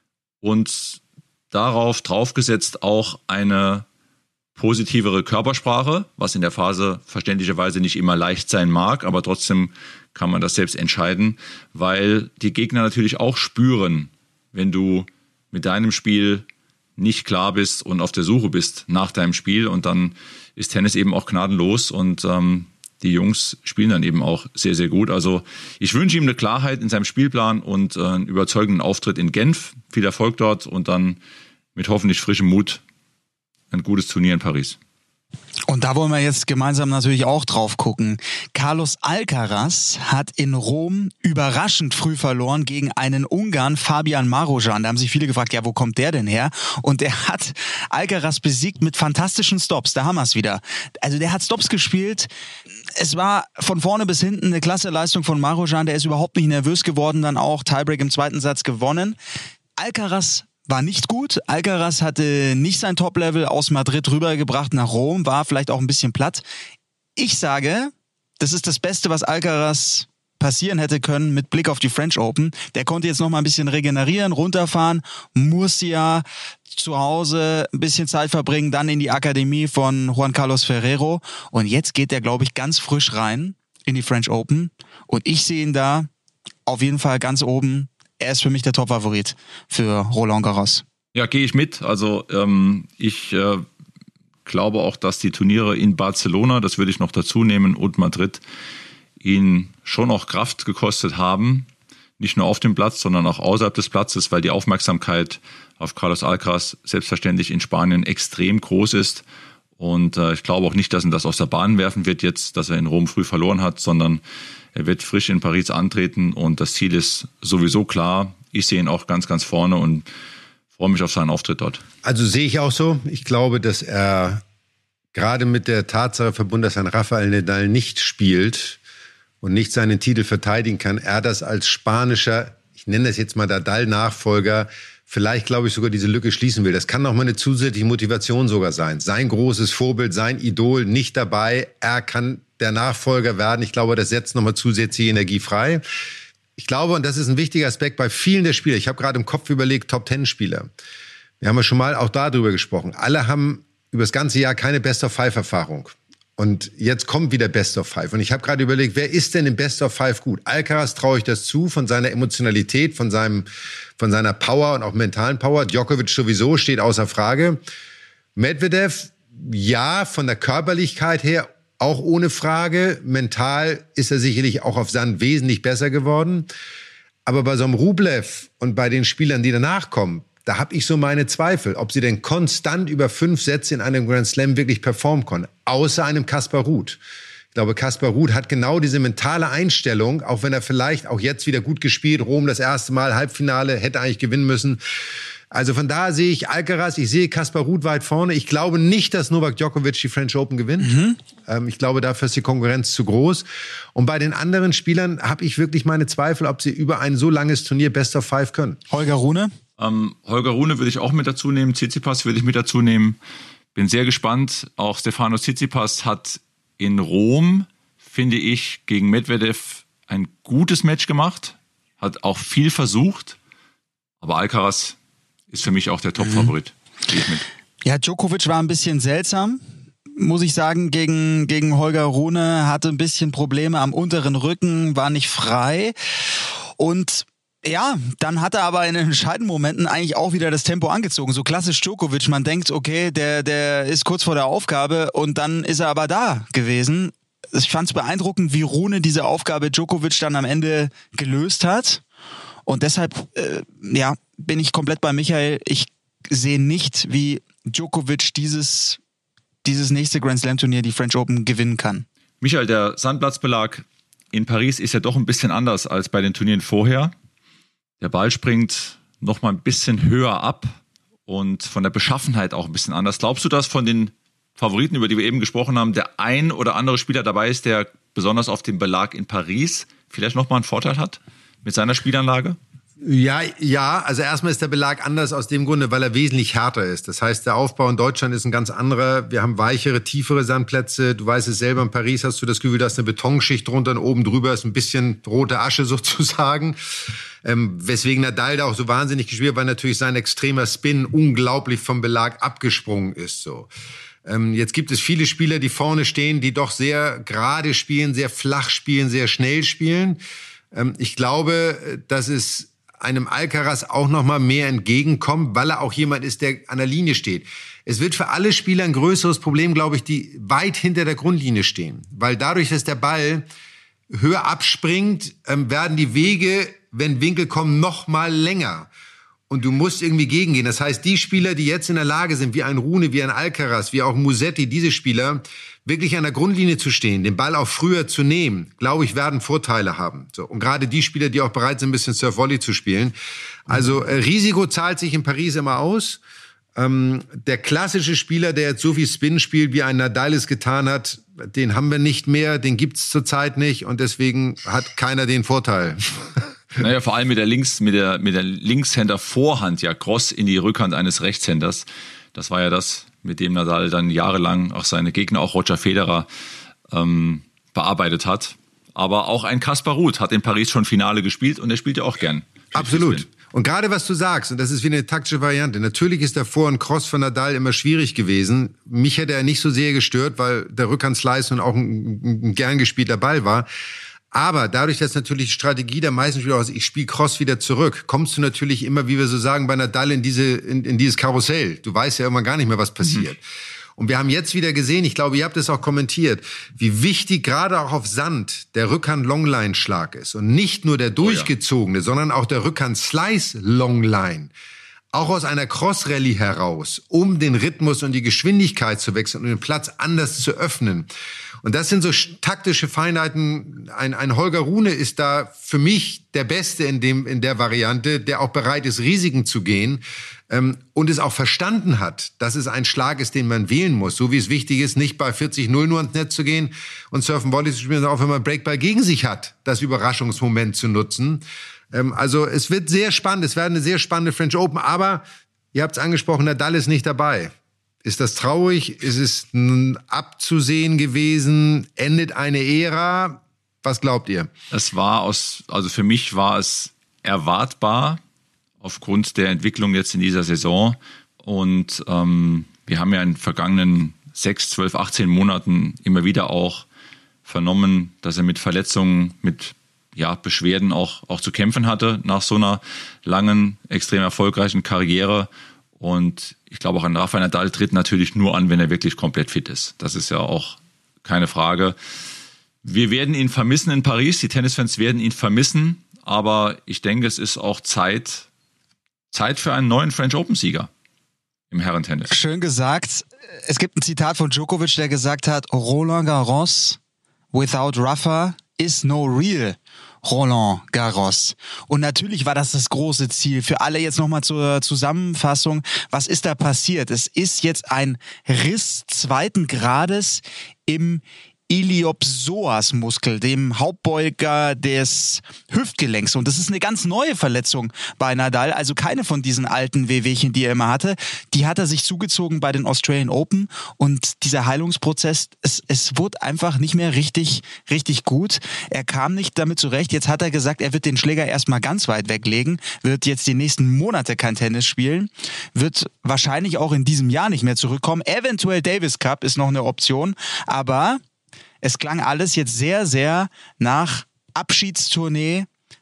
Und draufgesetzt auch eine positivere Körpersprache, was in der Phase verständlicherweise nicht immer leicht sein mag, aber trotzdem kann man das selbst entscheiden, weil die Gegner natürlich auch spüren, wenn du mit deinem Spiel nicht klar bist und auf der Suche bist nach deinem Spiel, und dann ist Tennis eben auch gnadenlos und die Jungs spielen dann eben auch sehr, sehr gut. Also ich wünsche ihm eine Klarheit in seinem Spielplan und einen überzeugenden Auftritt in Genf. Viel Erfolg dort und dann mit hoffentlich frischem Mut ein gutes Turnier in Paris. Und da wollen wir jetzt gemeinsam natürlich auch drauf gucken. Carlos Alcaraz hat in Rom überraschend früh verloren gegen einen Ungarn, Fabian Marozsan. Da haben sich viele gefragt, ja, wo kommt der denn her? Und der hat Alcaraz besiegt mit fantastischen Stops. Da haben wir es wieder. Also der hat Stops gespielt. Es war von vorne bis hinten eine klasse Leistung von Marozsan. Der ist überhaupt nicht nervös geworden, dann auch Tiebreak im zweiten Satz gewonnen. Alcaraz war nicht gut. Alcaraz hatte nicht sein Top-Level aus Madrid rübergebracht nach Rom, war vielleicht auch ein bisschen platt. Ich sage, das ist das Beste, was Alcaraz passieren hätte können mit Blick auf die French Open. Der konnte jetzt noch mal ein bisschen regenerieren, runterfahren, muss ja zu Hause ein bisschen Zeit verbringen, dann in die Akademie von Juan Carlos Ferrero. Und jetzt geht er, glaube ich, ganz frisch rein in die French Open. Und ich sehe ihn da auf jeden Fall ganz oben. Er ist für mich der Top-Favorit für Roland Garros. Ja, gehe ich mit. Also ich glaube auch, dass die Turniere in Barcelona, das würde ich noch dazu nehmen, und Madrid ihn schon auch Kraft gekostet haben. Nicht nur auf dem Platz, sondern auch außerhalb des Platzes, weil die Aufmerksamkeit auf Carlos Alcaraz selbstverständlich in Spanien extrem groß ist. Und ich glaube auch nicht, dass ihn das aus der Bahn werfen wird jetzt, dass er in Rom früh verloren hat, sondern er wird frisch in Paris antreten und das Ziel ist sowieso klar. Ich sehe ihn auch ganz, ganz vorne und freue mich auf seinen Auftritt dort. Also sehe ich auch so. Ich glaube, dass er gerade mit der Tatsache verbunden, dass ein Rafael Nadal nicht spielt und nicht seinen Titel verteidigen kann, er das als spanischer, ich nenne das jetzt mal Nadal-Nachfolger, vielleicht, glaube ich, sogar diese Lücke schließen will. Das kann noch mal eine zusätzliche Motivation sogar sein. Sein großes Vorbild, sein Idol nicht dabei. Er kann der Nachfolger werden. Ich glaube, das setzt noch mal zusätzliche Energie frei. Ich glaube, und das ist ein wichtiger Aspekt bei vielen der Spieler, ich habe gerade im Kopf überlegt, Top-10-Spieler. Wir haben ja schon mal auch darüber gesprochen. Alle haben über das ganze Jahr keine Best-of-5-Erfahrung. Und jetzt kommt wieder Best of Five. Und ich habe gerade überlegt, wer ist denn im Best of Five gut? Alcaraz traue ich das zu, von seiner Emotionalität, von seiner Power und auch mentalen Power. Djokovic sowieso, steht außer Frage. Medvedev, ja, von der Körperlichkeit her auch ohne Frage. Mental ist er sicherlich auch auf Sand wesentlich besser geworden. Aber bei so einem Rublev und bei den Spielern, die danach kommen, da habe ich so meine Zweifel, ob sie denn konstant über 5 Sätze in einem Grand Slam wirklich performen können. Außer einem Kaspar Ruud. Ich glaube, Kaspar Ruud hat genau diese mentale Einstellung, auch wenn er vielleicht auch jetzt wieder gut gespielt, Rom das erste Mal, Halbfinale, hätte eigentlich gewinnen müssen. Also von da sehe ich Alcaraz, ich sehe Kaspar Ruud weit vorne. Ich glaube nicht, dass Novak Djokovic die French Open gewinnt. Ich glaube, dafür ist die Konkurrenz zu groß. Und bei den anderen Spielern habe ich wirklich meine Zweifel, ob sie über ein so langes Turnier Best of Five können. Holger Rune? Holger Rune würde ich auch mit dazu nehmen. Tsitsipas würde ich mit dazu nehmen. Bin sehr gespannt. Auch Stefanos Tsitsipas hat in Rom, finde ich, gegen Medvedev ein gutes Match gemacht. Hat auch viel versucht. Aber Alcaraz ist für mich auch der Top-Favorit. Gehe ich mit. Ja, Djokovic war ein bisschen seltsam, muss ich sagen, gegen Holger Rune. Hatte ein bisschen Probleme am unteren Rücken, war nicht frei. Und ja, dann hat er aber in den entscheidenden Momenten eigentlich auch wieder das Tempo angezogen. So klassisch Djokovic. Man denkt, okay, der ist kurz vor der Aufgabe und dann ist er aber da gewesen. Ich fand es beeindruckend, wie Rune diese Aufgabe Djokovic dann am Ende gelöst hat. Und deshalb, bin ich komplett bei Michael. Ich sehe nicht, wie Djokovic dieses nächste Grand Slam Turnier, die French Open, gewinnen kann. Michael, der Sandplatzbelag in Paris ist ja doch ein bisschen anders als bei den Turnieren vorher. Der Ball springt noch mal ein bisschen höher ab und von der Beschaffenheit auch ein bisschen anders. Glaubst du, dass von den Favoriten, über die wir eben gesprochen haben, der ein oder andere Spieler dabei ist, der besonders auf dem Belag in Paris vielleicht noch mal einen Vorteil hat mit seiner Spielanlage? Ja, also erstmal ist der Belag anders aus dem Grunde, weil er wesentlich härter ist. Das heißt, der Aufbau in Deutschland ist ein ganz anderer. Wir haben weichere, tiefere Sandplätze. Du weißt es selber, in Paris hast du das Gefühl, da ist eine Betonschicht drunter und oben drüber ist ein bisschen rote Asche sozusagen. Weswegen Nadal da auch so wahnsinnig gespielt hat, weil natürlich sein extremer Spin unglaublich vom Belag abgesprungen ist. So. Jetzt gibt es viele Spieler, die vorne stehen, die doch sehr gerade spielen, sehr flach spielen, sehr schnell spielen. Ich glaube, dass es einem Alcaraz auch noch mal mehr entgegenkommt, weil er auch jemand ist, der an der Linie steht. Es wird für alle Spieler ein größeres Problem, glaube ich, die weit hinter der Grundlinie stehen. Weil dadurch, dass der Ball höher abspringt, werden die Wege, wenn Winkel kommen, noch mal länger. Und du musst irgendwie gegengehen. Das heißt, die Spieler, die jetzt in der Lage sind, wie ein Rune, wie ein Alcaraz, wie auch Musetti, diese Spieler, wirklich an der Grundlinie zu stehen, den Ball auch früher zu nehmen, glaube ich, werden Vorteile haben. So. Und gerade die Spieler, die auch bereit sind, ein bisschen Surf-Volley zu spielen. Also Risiko zahlt sich in Paris immer aus. Der klassische Spieler, der jetzt so viel Spin spielt, wie ein Nadal es getan hat, den haben wir nicht mehr, den gibt's zurzeit nicht und deswegen hat keiner den Vorteil. Naja, vor allem mit der Linkshänder-Vorhand, ja, Cross in die Rückhand eines Rechtshänders. Das war ja das, mit dem Nadal dann jahrelang auch seine Gegner, auch Roger Federer, bearbeitet hat. Aber auch ein Kaspar Ruud hat in Paris schon Finale gespielt und er spielt ja auch gern. Absolut. Und gerade was du sagst, und das ist wie eine taktische Variante, natürlich ist der Vor- und Cross von Nadal immer schwierig gewesen. Mich hätte er nicht so sehr gestört, weil der Rückhand-Slice und auch ein gern gespielter Ball war. Aber dadurch, dass natürlich die Strategie der meisten Spieler ist, ich spiele Cross wieder zurück, kommst du natürlich immer, wie wir so sagen, bei Nadal in dieses Karussell. Du weißt ja immer gar nicht mehr, was passiert. Und wir haben jetzt wieder gesehen, ich glaube, ihr habt es auch kommentiert, wie wichtig gerade auch auf Sand der Rückhand-Longline-Schlag ist. Und nicht nur der durchgezogene, sondern auch der Rückhand-Slice-Longline. Auch aus einer Cross-Rallye heraus, um den Rhythmus und die Geschwindigkeit zu wechseln und den Platz anders zu öffnen. Und das sind so taktische Feinheiten. Ein Holger Rune ist da für mich der Beste in der Variante, der auch bereit ist, Risiken zu gehen und es auch verstanden hat, dass es ein Schlag ist, den man wählen muss. So wie es wichtig ist, nicht bei 40-0 nur ans Netz zu gehen und Surfen Volley zu spielen, sondern auch wenn man Breakball gegen sich hat, das Überraschungsmoment zu nutzen. Also es wird sehr spannend, es werden eine sehr spannende French Open, aber ihr habt es angesprochen, Nadal ist nicht dabei. Ist das traurig? Ist es abzusehen gewesen? Endet eine Ära? Was glaubt ihr? Also für mich war es erwartbar aufgrund der Entwicklung jetzt in dieser Saison. Und wir haben ja in den vergangenen 6, 12, 18 Monaten immer wieder auch vernommen, dass er mit Verletzungen, mit Beschwerden auch zu kämpfen hatte nach so einer langen, extrem erfolgreichen Karriere. Und ich glaube, auch ein Rafael Nadal tritt natürlich nur an, wenn er wirklich komplett fit ist. Das ist ja auch keine Frage. Wir werden ihn vermissen in Paris. Die Tennisfans werden ihn vermissen. Aber ich denke, es ist auch Zeit für einen neuen French Open-Sieger im Herrentennis. Schön gesagt. Es gibt ein Zitat von Djokovic, der gesagt hat, Roland Garros without Rafa is no real Roland Garros. Und natürlich war das große Ziel. Für alle jetzt nochmal zur Zusammenfassung. Was ist da passiert? Es ist jetzt ein Riss 2. Grades im Iliopsoas-Muskel, dem Hauptbeuger des Hüftgelenks. Und das ist eine ganz neue Verletzung bei Nadal, also keine von diesen alten Wehwehchen, die er immer hatte. Die hat er sich zugezogen bei den Australian Open und dieser Heilungsprozess, es wurde einfach nicht mehr richtig gut. Er kam nicht damit zurecht. Jetzt hat er gesagt, er wird den Schläger erstmal ganz weit weglegen, wird jetzt die nächsten Monate kein Tennis spielen, wird wahrscheinlich auch in diesem Jahr nicht mehr zurückkommen. Eventuell Davis Cup ist noch eine Option, aber es klang alles jetzt sehr, sehr nach Abschiedstournee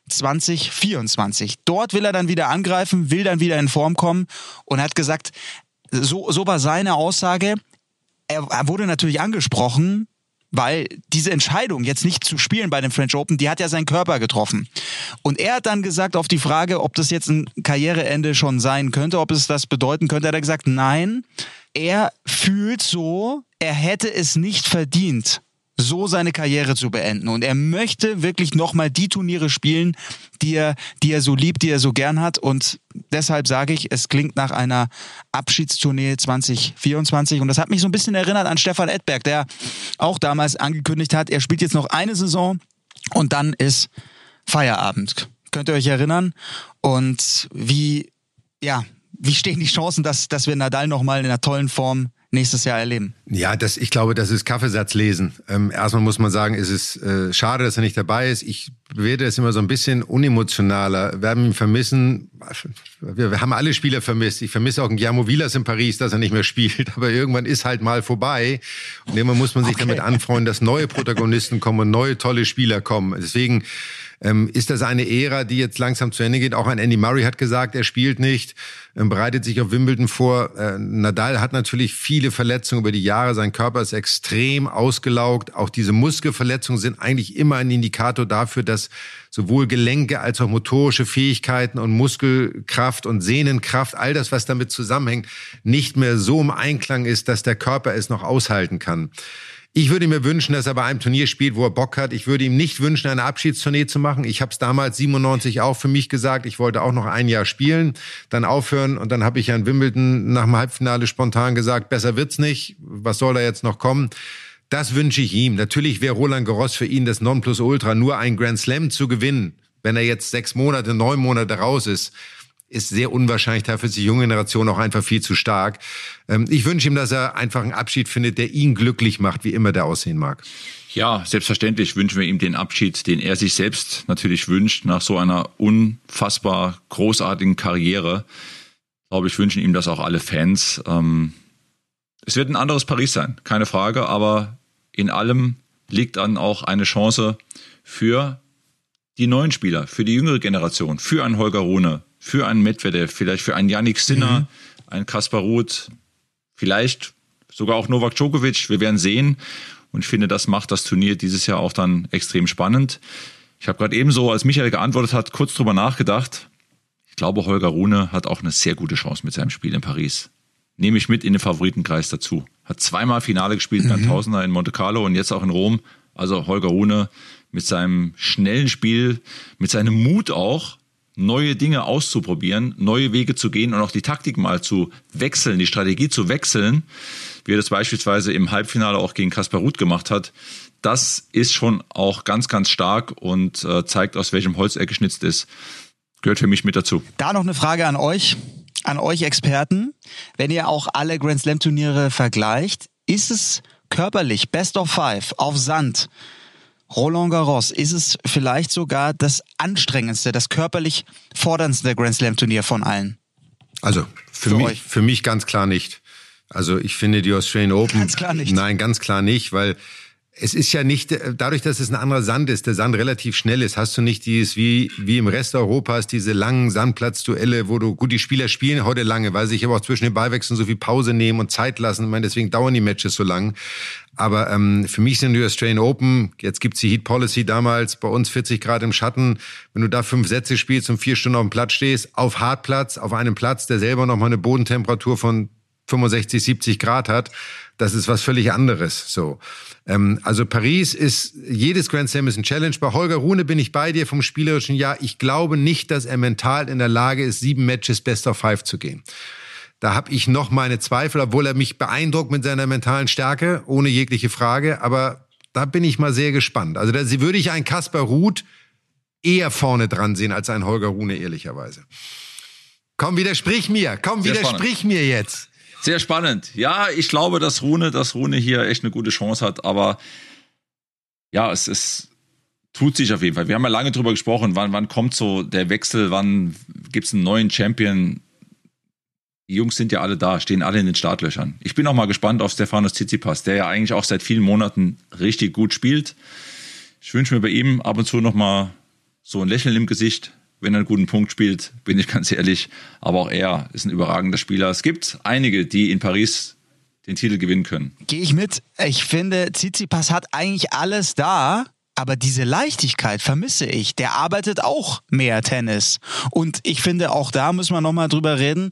2024. Dort will er dann wieder angreifen, will dann wieder in Form kommen und hat gesagt, so war seine Aussage. Er wurde natürlich angesprochen, weil diese Entscheidung, jetzt nicht zu spielen bei den French Open, die hat ja seinen Körper getroffen. Und er hat dann gesagt, auf die Frage, ob das jetzt ein Karriereende schon sein könnte, ob es das bedeuten könnte, hat er gesagt, nein, er fühlt so, er hätte es nicht verdient, so seine Karriere zu beenden. Und er möchte wirklich nochmal die Turniere spielen, die er so liebt, die er so gern hat. Und deshalb sage ich, es klingt nach einer Abschiedstournee 2024. Und das hat mich so ein bisschen erinnert an Stefan Edberg, der auch damals angekündigt hat, er spielt jetzt noch eine Saison und dann ist Feierabend. Könnt ihr euch erinnern? Und wie stehen die Chancen, dass wir Nadal nochmal in einer tollen Form nächstes Jahr erleben? Ja, ich glaube, das ist Kaffeesatzlesen. Erstmal muss man sagen, es ist schade, dass er nicht dabei ist. Ich bewerte es immer so ein bisschen unemotionaler. Wir werden ihn vermissen. Wir haben alle Spieler vermisst. Ich vermisse auch einen Guillermo Vilas in Paris, dass er nicht mehr spielt. Aber irgendwann ist halt mal vorbei. Und irgendwann muss man sich damit anfreunden, dass neue Protagonisten kommen und neue tolle Spieler kommen. Deswegen Ist das eine Ära, die jetzt langsam zu Ende geht? Auch ein Andy Murray hat gesagt, er spielt nicht, bereitet sich auf Wimbledon vor. Nadal hat natürlich viele Verletzungen über die Jahre. Sein Körper ist extrem ausgelaugt. Auch diese Muskelverletzungen sind eigentlich immer ein Indikator dafür, dass sowohl Gelenke als auch motorische Fähigkeiten und Muskelkraft und Sehnenkraft, all das, was damit zusammenhängt, nicht mehr so im Einklang ist, dass der Körper es noch aushalten kann. Ich würde mir wünschen, dass er bei einem Turnier spielt, wo er Bock hat. Ich würde ihm nicht wünschen, eine Abschiedstournee zu machen. Ich habe es damals 97 auch für mich gesagt. Ich wollte auch noch ein Jahr spielen, dann aufhören. Und dann habe ich ja in Wimbledon nach dem Halbfinale spontan gesagt, besser wird's nicht. Was soll da jetzt noch kommen? Das wünsche ich ihm. Natürlich wäre Roland Garros für ihn das Nonplusultra, nur ein Grand Slam zu gewinnen. Wenn er jetzt 6 Monate, 9 Monate raus ist sehr unwahrscheinlich. Dafür ist die junge Generation auch einfach viel zu stark. Ich wünsche ihm, dass er einfach einen Abschied findet, der ihn glücklich macht, wie immer der aussehen mag. Ja, selbstverständlich wünschen wir ihm den Abschied, den er sich selbst natürlich wünscht, nach so einer unfassbar großartigen Karriere. Ich glaube, ich wünsche ihm das auch alle Fans. Es wird ein anderes Paris sein, keine Frage, aber in allem liegt dann auch eine Chance für die neuen Spieler, für die jüngere Generation, für einen Holger Rune, für einen Medvedev, vielleicht für einen Yannick Sinner, einen Kaspar Ruud, vielleicht sogar auch Novak Djokovic. Wir werden sehen. Und ich finde, das macht das Turnier dieses Jahr auch dann extrem spannend. Ich habe gerade ebenso, als Michael geantwortet hat, kurz drüber nachgedacht. Ich glaube, Holger Rune hat auch eine sehr gute Chance mit seinem Spiel in Paris. Nehme ich mit in den Favoritenkreis dazu. Hat 2-mal Finale gespielt beim Tausender in Monte Carlo und jetzt auch in Rom. Also Holger Rune mit seinem schnellen Spiel, mit seinem Mut auch, neue Dinge auszuprobieren, neue Wege zu gehen und auch die Taktik mal zu wechseln, die Strategie zu wechseln, wie er das beispielsweise im Halbfinale auch gegen Kaspar Ruud gemacht hat. Das ist schon auch ganz, ganz stark und zeigt, aus welchem Holz er geschnitzt ist. Gehört für mich mit dazu. Da noch eine Frage an euch Experten. Wenn ihr auch alle Grand Slam Turniere vergleicht, ist es körperlich Best of 5 auf Sand, Roland Garros, ist es vielleicht sogar das anstrengendste, das körperlich forderndste Grand Slam Turnier von allen? Also für mich ganz klar nicht. Also ich finde die Australian Open... Ganz klar nicht. Nein, ganz klar nicht, weil es ist ja nicht, dadurch, dass es ein anderer Sand ist, der Sand relativ schnell ist, hast du nicht dieses, wie im Rest Europas, diese langen Sandplatzduelle, wo die Spieler spielen heute lange, weil sie sich aber auch zwischen den Ballwechseln so viel Pause nehmen und Zeit lassen. Ich meine, deswegen dauern die Matches so lang. Aber für mich sind die Australian Open, jetzt gibt's die Heat Policy damals, bei uns 40 Grad im Schatten. Wenn du da 5 Sätze spielst und 4 Stunden auf dem Platz stehst, auf Hartplatz, auf einem Platz, der selber noch mal eine Bodentemperatur von 65, 70 Grad hat, das ist was völlig anderes. So, also Paris ist, jedes Grand Slam ist ein Challenge. Bei Holger Rune bin ich bei dir vom spielerischen Jahr. Ich glaube nicht, dass er mental in der Lage ist, 7 Matches Best of 5 zu gehen. Da habe ich noch meine Zweifel, obwohl er mich beeindruckt mit seiner mentalen Stärke, ohne jegliche Frage. Aber da bin ich mal sehr gespannt. Also da würde ich einen Kaspar Ruud eher vorne dran sehen als einen Holger Rune, ehrlicherweise. Komm, widersprich mir jetzt. Sehr spannend. Ja, ich glaube, dass Rune hier echt eine gute Chance hat, aber ja, es tut sich auf jeden Fall. Wir haben ja lange drüber gesprochen, wann kommt so der Wechsel, wann gibt's einen neuen Champion? Die Jungs sind ja alle da, stehen alle in den Startlöchern. Ich bin auch mal gespannt auf Stefanos Tsitsipas, der ja eigentlich auch seit vielen Monaten richtig gut spielt. Ich wünsche mir bei ihm ab und zu noch mal so ein Lächeln im Gesicht, wenn er einen guten Punkt spielt, bin ich ganz ehrlich. Aber auch er ist ein überragender Spieler. Es gibt einige, die in Paris den Titel gewinnen können. Gehe ich mit. Ich finde, Tsitsipas hat eigentlich alles da, aber diese Leichtigkeit vermisse ich. Der arbeitet auch mehr Tennis. Und ich finde, auch da müssen wir nochmal drüber reden.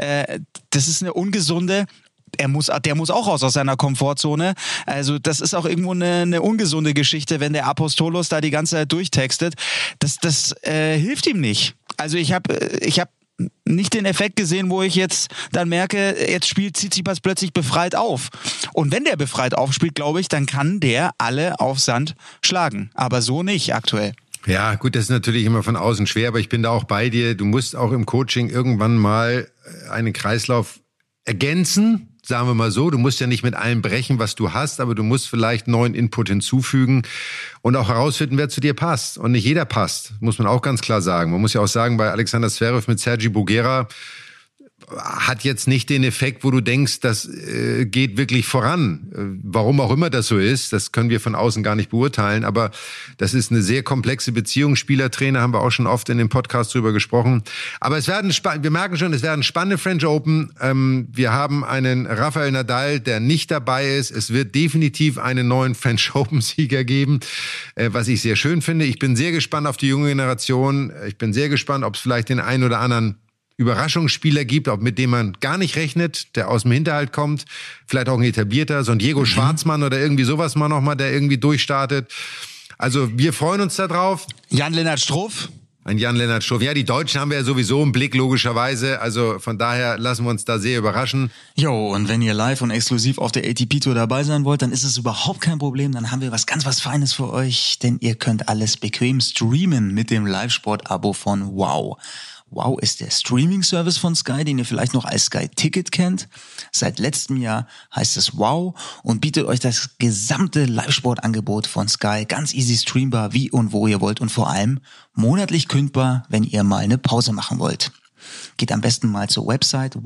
Das ist eine ungesunde... Der muss auch raus aus seiner Komfortzone. Also das ist auch irgendwo eine ungesunde Geschichte, wenn der Apostolos da die ganze Zeit durchtextet. Das hilft ihm nicht. Also ich hab nicht den Effekt gesehen, wo ich jetzt dann merke, jetzt spielt Tsitsipas plötzlich befreit auf. Und wenn der befreit aufspielt, glaube ich, dann kann der alle auf Sand schlagen. Aber so nicht aktuell. Ja, gut, das ist natürlich immer von außen schwer, aber ich bin da auch bei dir. Du musst auch im Coaching irgendwann mal einen Kreislauf ergänzen. Sagen wir mal so, du musst ja nicht mit allem brechen, was du hast, aber du musst vielleicht neuen Input hinzufügen und auch herausfinden, wer zu dir passt. Und nicht jeder passt, muss man auch ganz klar sagen. Man muss ja auch sagen, bei Alexander Zverev mit Sergi Boguera, hat jetzt nicht den Effekt, wo du denkst, das geht wirklich voran. Warum auch immer das so ist, das können wir von außen gar nicht beurteilen, aber das ist eine sehr komplexe Beziehung. Spieler-Trainer haben wir auch schon oft in dem Podcast drüber gesprochen. Aber wir merken schon, es werden spannende French Open. Wir haben einen Rafael Nadal, der nicht dabei ist. Es wird definitiv einen neuen French Open-Sieger geben, was ich sehr schön finde. Ich bin sehr gespannt auf die junge Generation. Ich bin sehr gespannt, ob es vielleicht den einen oder anderen Überraschungsspieler gibt, ob mit dem man gar nicht rechnet, der aus dem Hinterhalt kommt, vielleicht auch ein etablierter, so ein Diego Schwartzmann oder irgendwie sowas mal nochmal, der irgendwie durchstartet. Also wir freuen uns da drauf. Jan-Lennart Struff. Ein Jan-Lennart Struff. Ja, die Deutschen haben wir ja sowieso im Blick, logischerweise. Also von daher lassen wir uns da sehr überraschen. Jo, und wenn ihr live und exklusiv auf der ATP-Tour dabei sein wollt, dann ist es überhaupt kein Problem. Dann haben wir was Feines für euch, denn ihr könnt alles bequem streamen mit dem Live-Sport-Abo von WOW. WOW ist der Streaming-Service von Sky, den ihr vielleicht noch als Sky Ticket kennt. Seit letztem Jahr heißt es WOW und bietet euch das gesamte Live-Sport-Angebot von Sky ganz easy streambar, wie und wo ihr wollt und vor allem monatlich kündbar, wenn ihr mal eine Pause machen wollt. Geht am besten mal zur Website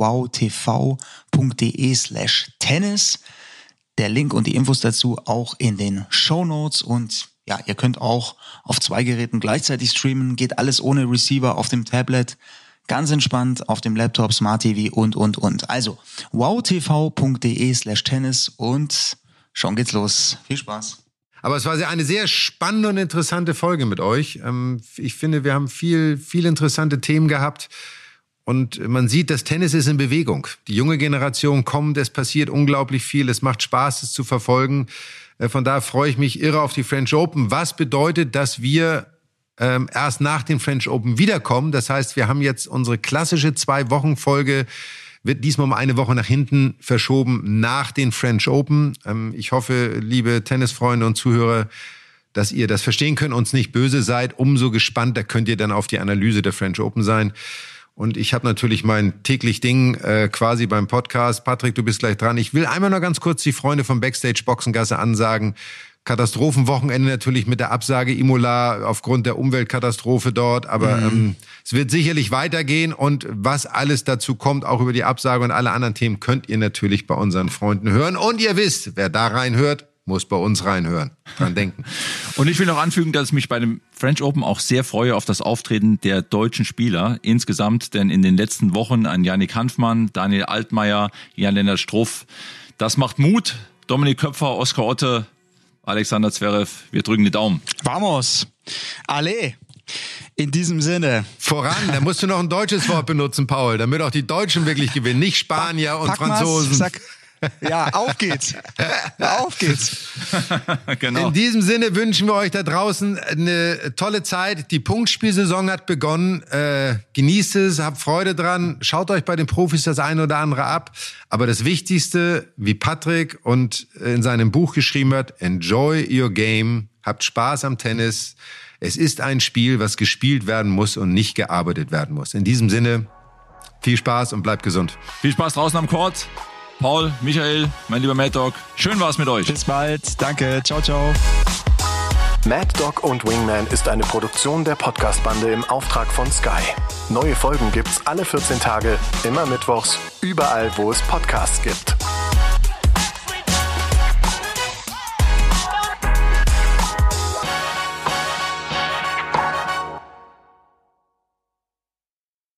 wowtv.de/tennis. Der Link und die Infos dazu auch in den Shownotes und ja, ihr könnt auch auf 2 Geräten gleichzeitig streamen, geht alles ohne Receiver auf dem Tablet, ganz entspannt auf dem Laptop, Smart TV und. Also wowtv.de/tennis und schon geht's los. Viel Spaß. Aber es war eine sehr spannende und interessante Folge mit euch. Ich finde, wir haben viel interessante Themen gehabt. Und man sieht, das Tennis ist in Bewegung. Die junge Generation kommt, es passiert unglaublich viel, es macht Spaß, es zu verfolgen. Von daher freue ich mich irre auf die French Open. Was bedeutet, dass wir erst nach den French Open wiederkommen? Das heißt, wir haben jetzt unsere klassische 2-Wochen-Folge, wird diesmal um eine Woche nach hinten verschoben nach den French Open. Ich hoffe, liebe Tennisfreunde und Zuhörer, dass ihr das verstehen könnt, uns nicht böse seid. Umso gespannter könnt ihr dann auf die Analyse der French Open sein. Und ich habe natürlich mein täglich Ding quasi beim Podcast. Patrick, du bist gleich dran. Ich will einmal noch ganz kurz die Freunde vom Backstage Boxengasse ansagen. Katastrophenwochenende natürlich mit der Absage Imola aufgrund der Umweltkatastrophe dort. Aber es wird sicherlich weitergehen. Und was alles dazu kommt, auch über die Absage und alle anderen Themen, könnt ihr natürlich bei unseren Freunden hören. Und ihr wisst, wer da reinhört, muss bei uns reinhören. Dran denken. Und ich will noch anfügen, dass ich mich bei dem French Open auch sehr freue auf das Auftreten der deutschen Spieler insgesamt, denn in den letzten Wochen ein Yannick Hanfmann, Daniel Altmaier, Jan-Lennart Struff, das macht Mut. Dominik Köpfer, Oskar Otte, Alexander Zverev, wir drücken die Daumen. Vamos! Ale! In diesem Sinne. Voran, da musst du noch ein deutsches Wort benutzen, Paul, damit auch die Deutschen wirklich gewinnen, nicht Spanier und Franzosen. Sag. Ja, auf geht's. Auf geht's. Genau. In diesem Sinne wünschen wir euch da draußen eine tolle Zeit. Die Punktspielsaison hat begonnen. Genießt es, habt Freude dran. Schaut euch bei den Profis das eine oder andere ab. Aber das Wichtigste, wie Patrick und in seinem Buch geschrieben hat, enjoy your game. Habt Spaß am Tennis. Es ist ein Spiel, was gespielt werden muss und nicht gearbeitet werden muss. In diesem Sinne, viel Spaß und bleibt gesund. Viel Spaß draußen am Court. Paul, Michael, mein lieber Mad Dog, schön war's mit euch. Bis bald, danke, ciao, ciao. Mad Dog und Wingman ist eine Produktion der Podcast-Bande im Auftrag von Sky. Neue Folgen gibt's alle 14 Tage, immer mittwochs, überall, wo es Podcasts gibt.